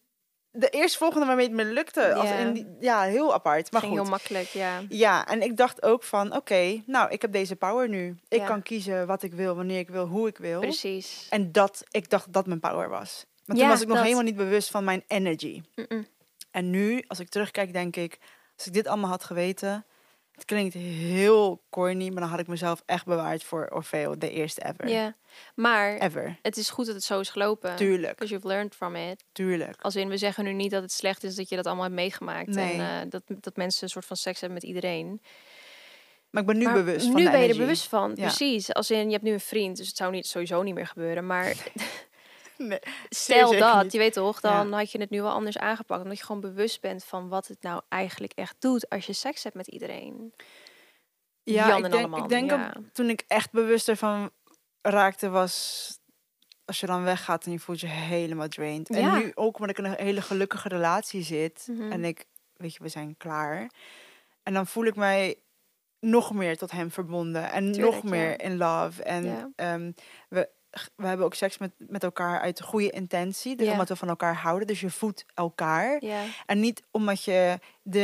De eerstvolgende waarmee het me lukte. Als Ja. ja, heel apart. Maar ging goed. heel makkelijk, ja. Ja, en ik dacht ook van, oké, nou, ik heb deze power nu. Ik Ja. kan kiezen wat ik wil, wanneer ik wil, hoe ik wil. Precies. En ik dacht dat mijn power was. Maar Ja, toen was ik nog dat. helemaal niet bewust van mijn energy. Mm-mm. En nu, als ik terugkijk, denk ik, als ik dit allemaal had geweten... Het klinkt heel corny, maar dan had ik mezelf echt bewaard voor Orfeo, de eerste ever. Ja, maar Ever. het is goed dat het zo is gelopen. Tuurlijk, Because you've learned from it. tuurlijk. Als in, we zeggen nu niet dat het slecht is dat je dat allemaal hebt meegemaakt. Nee. En dat mensen een soort van seks hebben met iedereen. Maar ik ben nu Maar bewust van nu de ben je er energy. bewust van, Ja. precies. Als in, je hebt nu een vriend, dus het zou sowieso niet meer gebeuren. Maar Nee, stel zeker dat, niet. je weet toch, dan had je het nu wel anders aangepakt. Omdat je gewoon bewust bent van wat het nou eigenlijk echt doet als je seks hebt met iedereen. Ja, Jan ik en denk, allemaal, ik denk ja. ook, toen ik echt bewust ervan raakte was... Als je dan weggaat en je voelt je helemaal drained. En Ja. nu ook omdat ik in een hele gelukkige relatie zit. Mhm. En ik, weet je, we zijn klaar. En dan voel ik mij nog meer tot hem verbonden. En Tuurlijk, nog meer ja. in love. En Ja. we hebben ook seks met elkaar uit goede intentie. Dus Ja. omdat we van elkaar houden. Dus je voedt elkaar. Ja, En niet omdat je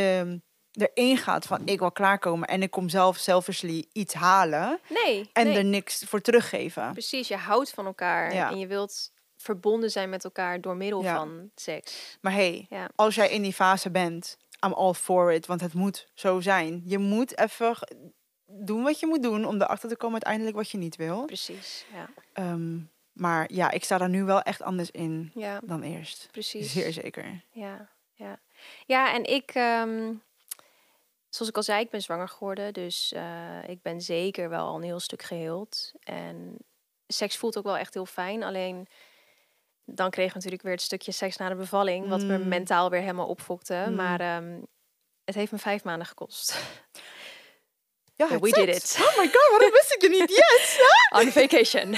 erin gaat van ik wil klaarkomen. En ik kom zelf selfishly iets halen. nee, En nee. er niks voor teruggeven. Precies, je houdt van elkaar. Ja. En je wilt verbonden zijn met elkaar door middel Ja. van seks. Maar hey, Ja. als jij in die fase bent, I'm all for it. Want het moet zo zijn. Je moet even doen wat je moet doen om erachter te komen uiteindelijk wat je niet wil. Precies, ja. Maar ja, ik sta daar nu wel echt anders in Ja, dan eerst. precies. Zeer zeker. Ja, ja. Ja, en ik, zoals ik al zei, ik ben zwanger geworden. Dus ik ben zeker wel al een heel stuk geheeld. En seks voelt ook wel echt heel fijn. Alleen, dan kregen we natuurlijk weer het stukje seks na de bevalling. Wat me Mm. mentaal weer helemaal opfokte. Mm. Maar het heeft me 5 maanden gekost. Ja, Yeah, het we did zit. it. Oh my god, waarom wist ik het niet? Yes! On vacation.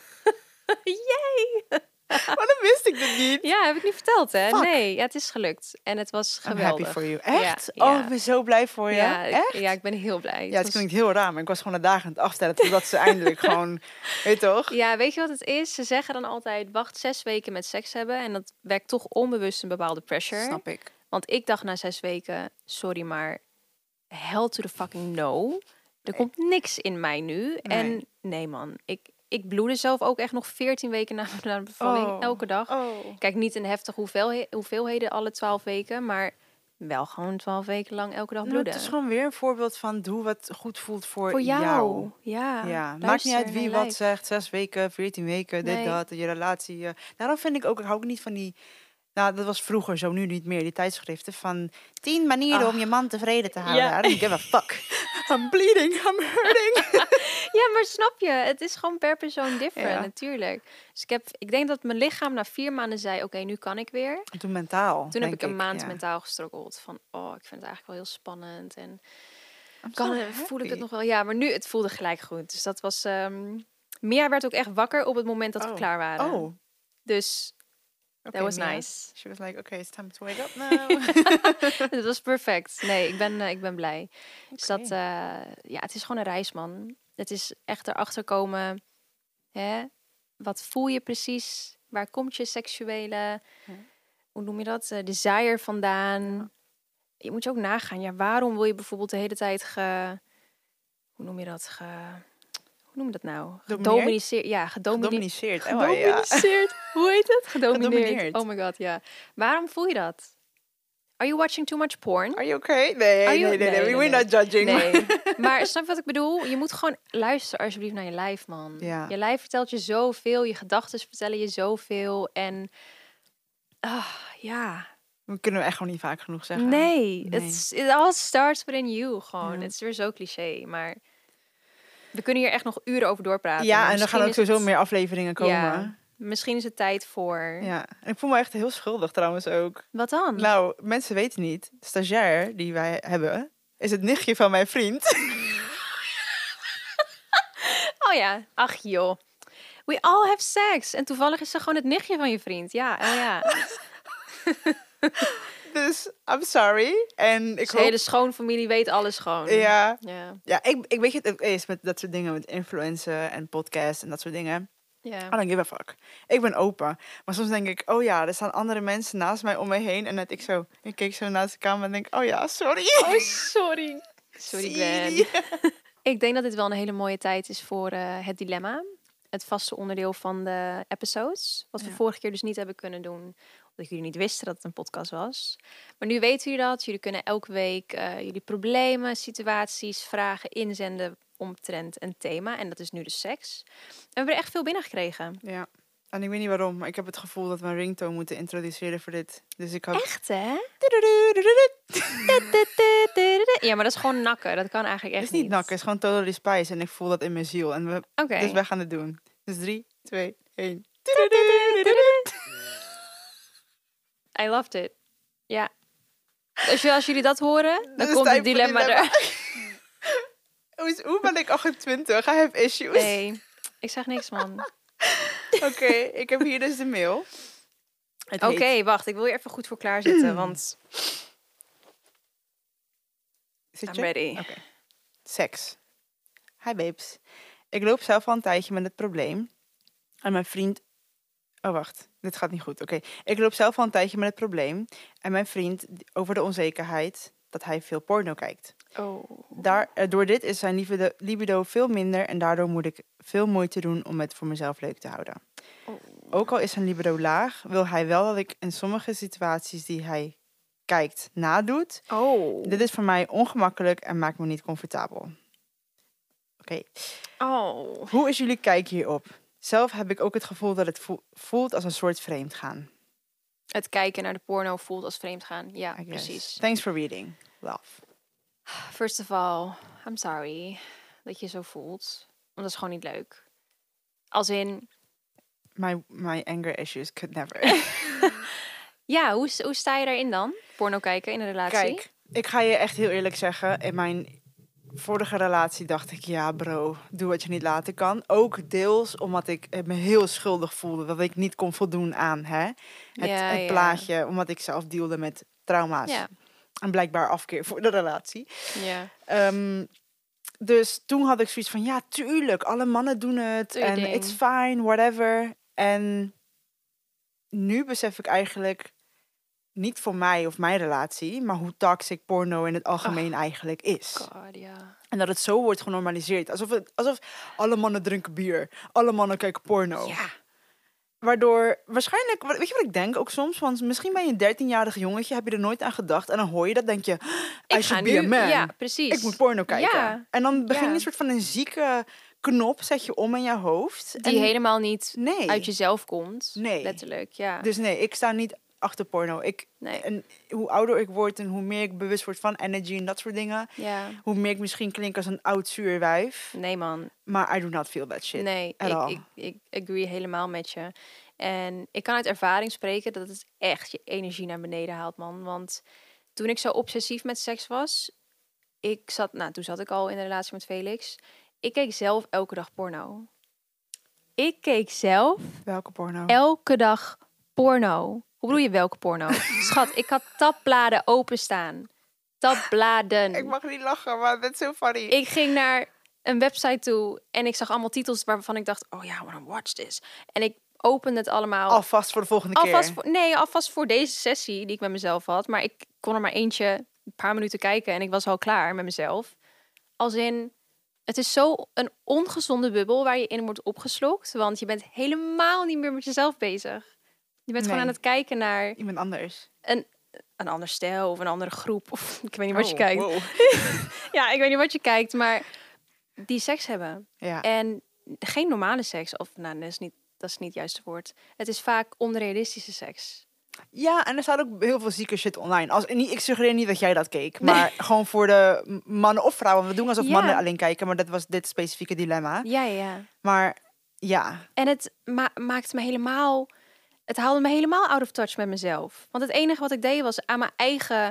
Yay! Waarom wist ik dit niet? Ja, heb ik niet verteld, hè? Fuck. Nee, ja, het is gelukt. En het was I'm geweldig. happy for you. Echt? Ja, Oh, ja. ik ben zo blij voor je. Ja, Echt? ja, ik ben heel blij. Ja, het klinkt heel raar, maar ik was gewoon de dagen aan het aftellen totdat ze eindelijk gewoon, weet je toch? Ja, weet je wat het is? Ze zeggen dan altijd, wacht 6 weken met seks hebben. En dat wekt toch onbewust een bepaalde pressure. Snap ik. Want ik dacht na 6 weken, sorry, maar hell to the fucking no. Er komt niks in mij nu. Nee. En nee man, ik bloedde zelf ook echt nog 14 weken na de bevalling. Oh. Elke dag. Oh. Kijk, niet in heftige hoeveelheden alle 12 weken. Maar wel gewoon 12 weken lang elke dag Nou, bloeden. het is gewoon weer een voorbeeld van doe wat goed voelt voor jou. Ja, Ja, maakt luister niet uit naar wie je wat lijf. zegt. 6 weken, 14 weken, dit, Nee. dat, je relatie. Daarom vind ik ook, ik hou ook niet van die... Nou, dat was vroeger zo, nu niet meer, die tijdschriften van 10 manieren om je man tevreden te houden. Ja. I don't give a fuck. I'm bleeding, I'm hurting. Ja, maar snap je? Het is gewoon per persoon different, Ja. natuurlijk. Dus ik denk dat mijn lichaam na 4 maanden zei, oké, nu kan ik weer. En toen mentaal, Toen heb denk ik een maand ja. mentaal gestruggeld. Van, ik vind het eigenlijk wel heel spannend. En I'm so voel ik het happy. nog wel? Ja, maar nu, het voelde gelijk goed. Dus dat was... Mia werd ook echt wakker op het moment dat we klaar waren. Oh, Dus oké, that was Mia. nice. She was like, okay, it's time to wake up now. Dat was perfect. Nee, ik ben blij. Dus Oké. dat, het is gewoon een reis, man. Het is echt erachter komen. Hè? Wat voel je precies? Waar komt je seksuele, hoe noem je dat? Desire vandaan? Je moet je ook nagaan. Ja, waarom wil je bijvoorbeeld de hele tijd hoe noem je dat? Hoe noem je dat nou? Gedominiceerd. Ja, Gedominiceerd. Oh, ja. Gedominiceerd. Hoe heet het? Gedomineerd. Gedomineerd. Oh my god, ja. Waarom voel je dat? Are you watching too much porn? Are you okay? Nee. We're not judging. Nee. Maar snap je wat ik bedoel? Je moet gewoon luisteren alsjeblieft naar je lijf, man. Ja. Je lijf vertelt je zoveel. Je gedachten vertellen je zoveel. En ja. We kunnen echt gewoon niet vaak genoeg zeggen. Nee. It all starts within you. Gewoon. Ja. Het is weer zo cliché. Maar we kunnen hier echt nog uren over doorpraten. Ja, maar en er gaan ook sowieso meer afleveringen komen. Ja, misschien is het tijd voor... Ja, en ik voel me echt heel schuldig trouwens ook. Wat dan? Nou, mensen weten niet, de stagiair die wij hebben, is het nichtje van mijn vriend. Oh ja, ach joh. We all have sex. En toevallig is ze gewoon het nichtje van je vriend. Ja, oh ja. Dus, I'm sorry. En ik Dus de hoop... hele schoonfamilie weet alles gewoon. Ja, Ja. ja ik weet je, het is met dat soort dingen, met influencen en podcasts en dat soort dingen. Ja. I don't give a fuck. Ik ben open. Maar soms denk ik, oh ja, er staan andere mensen naast mij om me heen. En net ik keek zo naast de kamer en denk, oh ja, sorry. Oh, sorry. Sorry, Gwen. Ik denk dat dit wel een hele mooie tijd is voor het dilemma. Het vaste onderdeel van de episodes. Wat we vorige keer dus niet hebben kunnen doen. Omdat jullie niet wisten dat het een podcast was. Maar nu weten jullie dat. Jullie kunnen elke week jullie problemen, situaties, vragen inzenden omtrent een thema. En dat is nu de seks. En we hebben er echt veel binnengekregen. Ja, en ik weet niet waarom, maar ik heb het gevoel dat we een ringtone moeten introduceren voor dit. Dus ik hoop... Echt, hè? Ja, maar dat is gewoon nakken. Dat kan eigenlijk Het echt is niet nakken, het is gewoon totally spice. En ik voel dat in mijn ziel. En Oké. Dus wij gaan het doen. Dus 3, 2, 1. I loved it. Ja. Als jullie dat horen, dan Dus komt tijd het voor dilemma dilemma. er. Hoe ben ik 28? I have issues. Nee, ik zeg niks, man. Oké, ik heb hier dus de mail. Oké, wacht. Ik wil je even goed voor klaarzitten, want Zit I'm je? ready. Oké. Seks. Hi babes. Ik loop zelf al een tijdje met het probleem. En mijn vriend... Oh, wacht. Dit gaat niet goed. Oké. Ik loop zelf al een tijdje met het probleem. En mijn vriend over de onzekerheid dat hij veel porno kijkt. Door dit is zijn libido veel minder. En daardoor moet ik veel moeite doen om het voor mezelf leuk te houden. Ook al is zijn libido laag, wil hij wel dat ik in sommige situaties die hij kijkt nadoet. Dit is voor mij ongemakkelijk en maakt me niet comfortabel. Oké. Hoe is jullie kijk hierop? Zelf heb ik ook het gevoel dat het voelt als een soort vreemdgaan. Het kijken naar de porno voelt als vreemdgaan. Ja, I guess. precies. Thanks for reading. Love. First of all, I'm sorry dat je zo voelt. Want dat is gewoon niet leuk. Als in... My anger issues could never. Ja, hoe sta je daarin dan? Porno kijken in een relatie? Kijk, ik ga je echt heel eerlijk zeggen. In mijn vorige relatie dacht ik, ja bro, doe wat je niet laten kan. Ook deels omdat ik me heel schuldig voelde. Dat ik niet kon voldoen aan het plaatje. Omdat ik zelf dealde met trauma's. Ja. En blijkbaar afkeer voor de relatie. Ja. Dus toen had ik zoiets van, ja tuurlijk, alle mannen doen het. Doe je En ding. it's fine, whatever. En nu besef ik eigenlijk... niet voor mij of mijn relatie, maar hoe toxic porno in het algemeen eigenlijk is. God, ja. En dat het zo wordt genormaliseerd. Alsof alle mannen drinken bier. Alle mannen kijken porno. Ja. Waardoor waarschijnlijk... Weet je wat ik denk ook soms? Want misschien ben je een 13-jarig jongetje, heb je er nooit aan gedacht. En dan hoor je dat, denk je... I should be a man. Ja, precies. Ik moet porno kijken. Ja. En dan begin je Ja. een soort van een zieke knop, zet je om in je hoofd. Die helemaal niet Nee. uit jezelf komt. Nee. Letterlijk, ja. Dus nee, ik sta niet achter porno. Nee. En hoe ouder ik word en hoe meer ik bewust word van energy en dat soort dingen, Ja. hoe meer ik misschien klink als een oud zuur wijf. Nee, man. Maar I do not feel that shit. Nee, at all. ik agree helemaal met je. En ik kan uit ervaring spreken dat het echt je energie naar beneden haalt, man. Want toen ik zo obsessief met seks was, toen zat ik al in een relatie met Felix. Ik keek zelf elke dag porno. Ik keek zelf Welke porno? elke dag porno. Hoe bedoel je welke porno? Schat, ik had tabbladen openstaan. Tabbladen. Ik mag niet lachen, maar het is zo funny. Ik ging naar een website toe en ik zag allemaal titels waarvan ik dacht, oh ja, I wanna watch this. En ik opende het allemaal. Alvast voor de volgende keer. Alvast voor deze sessie die ik met mezelf had. Maar ik kon er maar eentje, een paar minuten kijken en ik was al klaar met mezelf. Als in, het is zo een ongezonde bubbel waar je in wordt opgeslokt. Want je bent helemaal niet meer met jezelf bezig. Je bent gewoon aan het kijken naar iemand anders. een ander stijl of een andere groep. Of ik weet niet wat je kijkt. Wow. Ja, ik weet niet wat je kijkt, maar die seks hebben. Ja. En geen normale seks. Of nou, dat is niet het juiste woord. Het is vaak onrealistische seks. Ja, en er staat ook heel veel zieke shit online. Ik suggereer niet dat jij dat keek. Maar gewoon voor de mannen of vrouwen. We doen alsof mannen alleen kijken. Maar dat was dit specifieke dilemma. Ja. Maar ja. En het maakte me helemaal... Het haalde me helemaal out of touch met mezelf. Want het enige wat ik deed was aan mijn eigen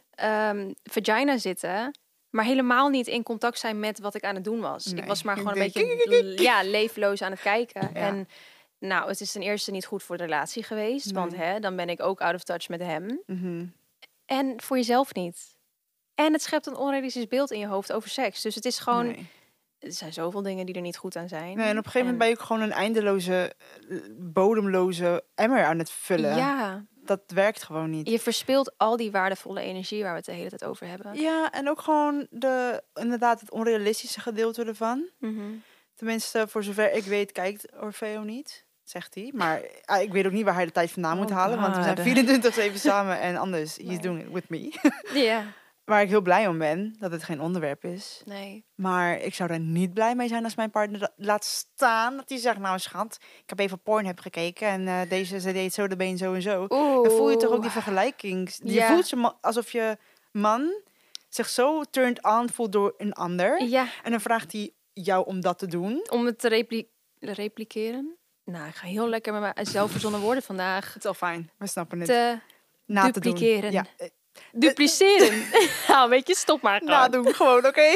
vagina zitten... maar helemaal niet in contact zijn met wat ik aan het doen was. Nee. Ik was maar gewoon een beetje leefloos aan het kijken. Ja. En nou, het is ten eerste niet goed voor de relatie geweest. Nee. Want dan ben ik ook out of touch met hem. Mhm. En voor jezelf niet. En het schept een onrealistisch beeld in je hoofd over seks. Dus het is gewoon... Nee. Er zijn zoveel dingen die er niet goed aan zijn. Nee, en op een gegeven moment ben je ook gewoon een eindeloze, bodemloze emmer aan het vullen. Ja. Dat werkt gewoon niet. Je verspilt al die waardevolle energie waar we het de hele tijd over hebben. Ja, en ook gewoon inderdaad het onrealistische gedeelte ervan. Mhm. Tenminste, voor zover ik weet, kijkt Orfeo niet, zegt hij. Maar ik weet ook niet waar hij de tijd vandaan moet Oh halen. Want we zijn 24/7 samen en anders, he's doing it with me. Ja. Waar ik heel blij om ben, dat het geen onderwerp is. Nee. Maar ik zou daar niet blij mee zijn als mijn partner dat laat staan. Dat hij zegt, nou schat, ik heb even Pornhub gekeken en ze deed zo, de been zo en zo. Oeh. Dan voel je toch ook die vergelijking. Je Ja. voelt alsof je man zich zo turned on voelt door een ander. Ja. En dan vraagt hij jou om dat te doen. Om het te repliceren. Nou, ik ga heel lekker met mijn zelfverzonnen woorden vandaag. Het is al fijn, we snappen het. Te Na dupliceren. te doen. Ja, Dupliceren. Nou, weet je, stop maar gewoon. nadoen, gewoon, oké?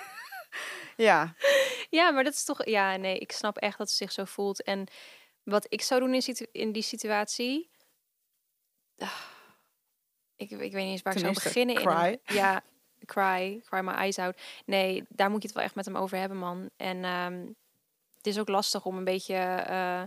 Ja. Ja, maar dat is toch... Ja, nee, ik snap echt dat ze zich zo voelt. En wat ik zou doen in die situatie... Ik weet niet eens waar ik zou beginnen. Cry. Ja, cry my eyes out. Nee, daar moet je het wel echt met hem over hebben, man. En het is ook lastig om een beetje...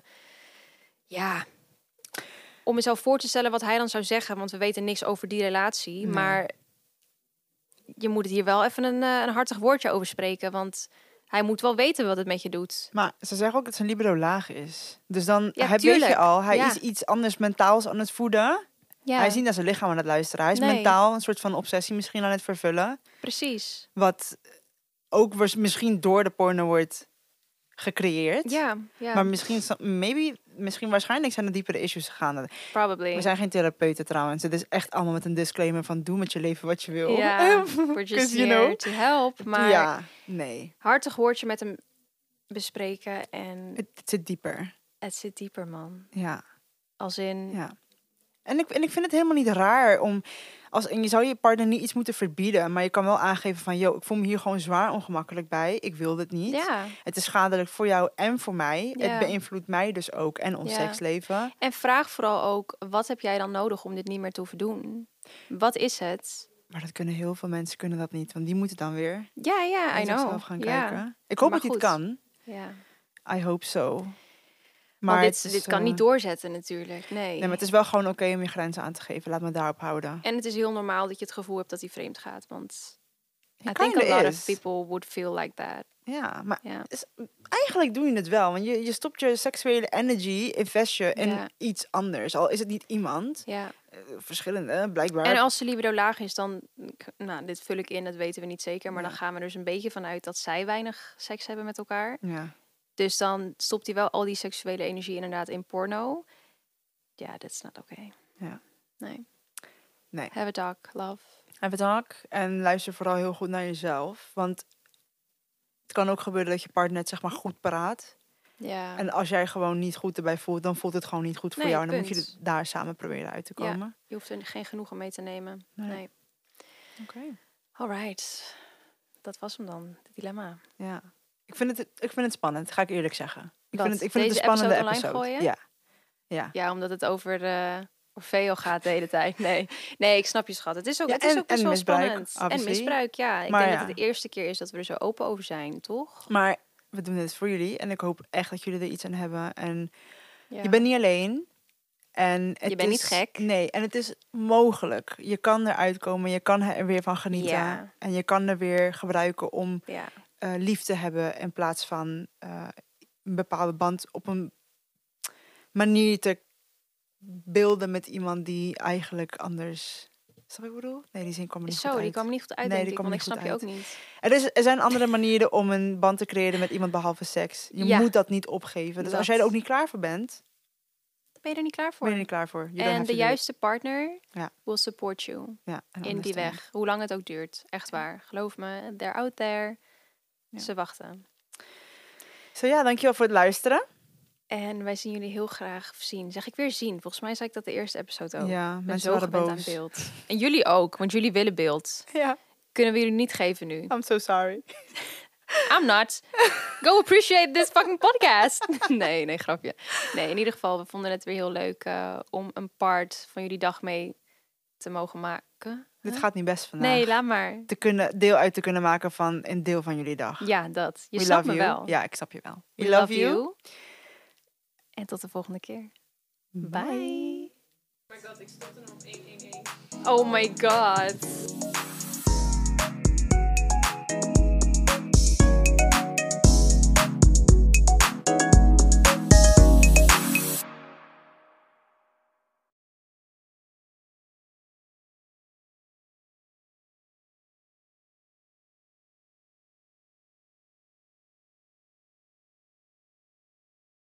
om mezelf voor te stellen wat hij dan zou zeggen. Want we weten niks over die relatie. Nee. Maar je moet het hier wel even een hartig woordje over spreken. Want hij moet wel weten wat het met je doet. Maar ze zeggen ook dat zijn libido laag is. Dus dan Ja, weet tuurlijk. je al, hij Ja. is iets anders mentaals aan het voeden. Ja, Hij is niet naar zijn lichaam aan het luisteren. Hij is Nee. mentaal een soort van obsessie misschien aan het vervullen. precies. Wat ook misschien door de porno wordt gecreëerd. Ja. Maar misschien waarschijnlijk zijn er diepere issues gegaan. Probably. We zijn geen therapeuten trouwens. Het is echt allemaal met een disclaimer van doe met je leven wat je wil. Ja, we're just 'Cause, you here know. to help. Maar Ja, nee. hartig woordje met hem bespreken. En Het zit dieper. het zit dieper, man. Ja. Als in... Ja. En ik vind het helemaal niet raar om... En je zou je partner niet iets moeten verbieden, maar je kan wel aangeven van... ik voel me hier gewoon zwaar ongemakkelijk bij. Ik wil dit niet. Ja. Het is schadelijk voor jou en voor mij. Ja. Het beïnvloedt mij dus ook en ons Ja. seksleven. En vraag vooral ook, wat heb jij dan nodig om dit niet meer te hoeven doen? Wat is het? Maar dat kunnen heel veel mensen kunnen dat niet. Want die moeten dan weer Ja, I naar know. zichzelf gaan Ja. kijken. Ik hoop Maar dat hij het goed. kan. Ja. I hope so. Maar het is, dit kan niet doorzetten natuurlijk. Nee. Nee, maar het is wel gewoon oké om je grenzen aan te geven. Laat me daarop houden. En het is heel normaal dat je het gevoel hebt dat hij vreemd gaat. Want I It think a kinda lot is. of people would feel like that. Ja, maar Ja. eigenlijk doe je het wel. Want je stopt je seksuele energy, invest je in Ja. iets anders. Al is het niet iemand. Ja. Verschillende, blijkbaar. En als de libido laag is, dan... Nou, dit vul ik in, dat weten we niet zeker. Maar Ja. dan gaan we dus een beetje vanuit dat zij weinig seks hebben met elkaar. Ja. Dus dan stopt hij wel al die seksuele energie inderdaad in porno. Ja, that's not okay. Ja. Nee. Nee. Have a talk, love. Have a talk. En luister vooral heel goed naar jezelf. Want het kan ook gebeuren dat je partner het zeg maar goed praat. Ja. En als jij gewoon niet goed erbij voelt, dan voelt het gewoon niet goed voor Nee, jou. En dan moet punt. je daar samen proberen uit te Ja. komen. Je hoeft er geen genoegen mee te nemen. Nee. Nee. Oké. Alright. Dat was hem dan, het dilemma. Ja. Ik vind het spannend, ga ik eerlijk zeggen. Ik Wat, vind het een deze spannende episode online episode. gooien? Ja. Ja. Ja, omdat het over Veo gaat de hele tijd. Nee, ik snap je, schat. Het is ook, Ja, het is ook best wel misbruik, spannend. En obviously. misbruik, ja. Ik Maar denk ja. dat het de eerste keer is dat we er zo open over zijn, toch? Maar we doen dit voor jullie. En ik hoop echt dat jullie er iets aan hebben. En Ja. je bent niet alleen. En het Je bent niet gek. Nee, en het is mogelijk. Je kan eruit komen. Je kan er weer van genieten. Ja. En je kan er weer gebruiken om Ja. lief te hebben. In plaats van een bepaalde band op een manier te beelden met iemand die eigenlijk anders... Snap je wat ik bedoel? Nee, die zin kwam er niet goed Zo, uit. die kwam er niet goed uit, Nee, denk die ik. kwam Want ik niet snap goed je uit. ook niet. Er zijn andere manieren om een band te creëren met iemand behalve seks. Je Ja. moet dat niet opgeven. Dus Dat. als jij er ook niet klaar voor bent, Ben je er niet klaar voor? ben je er niet klaar voor. You don't En have de to do it. juiste partner Ja. will support you Ja, en in die understand. weg. Hoe lang het ook duurt. Echt waar. Geloof me, they're out there. Ja. Ze wachten. Zo ja, dankjewel voor het luisteren. En wij zien jullie heel graag zien. Zeg ik weer zien? Volgens mij zei ik dat de eerste episode ook. Ja, Ik ben mensen zo waren gewend boos. aan beeld. En jullie ook, want jullie willen beeld. Ja, Kunnen we jullie niet geven nu? I'm so sorry. I'm not. Go appreciate this fucking podcast. Nee, grapje. Nee, in ieder geval, we vonden het weer heel leuk om een part van jullie dag mee te mogen maken. Dit gaat niet best vandaag. Nee, laat maar. Deel uit te kunnen maken van een deel van jullie dag. Ja, dat. Je We snapt love me you. wel. Ja, ik snap je wel. We love you. En tot de volgende keer. Bye. Bye. Oh my god, ik stopte hem op 111. Oh my god.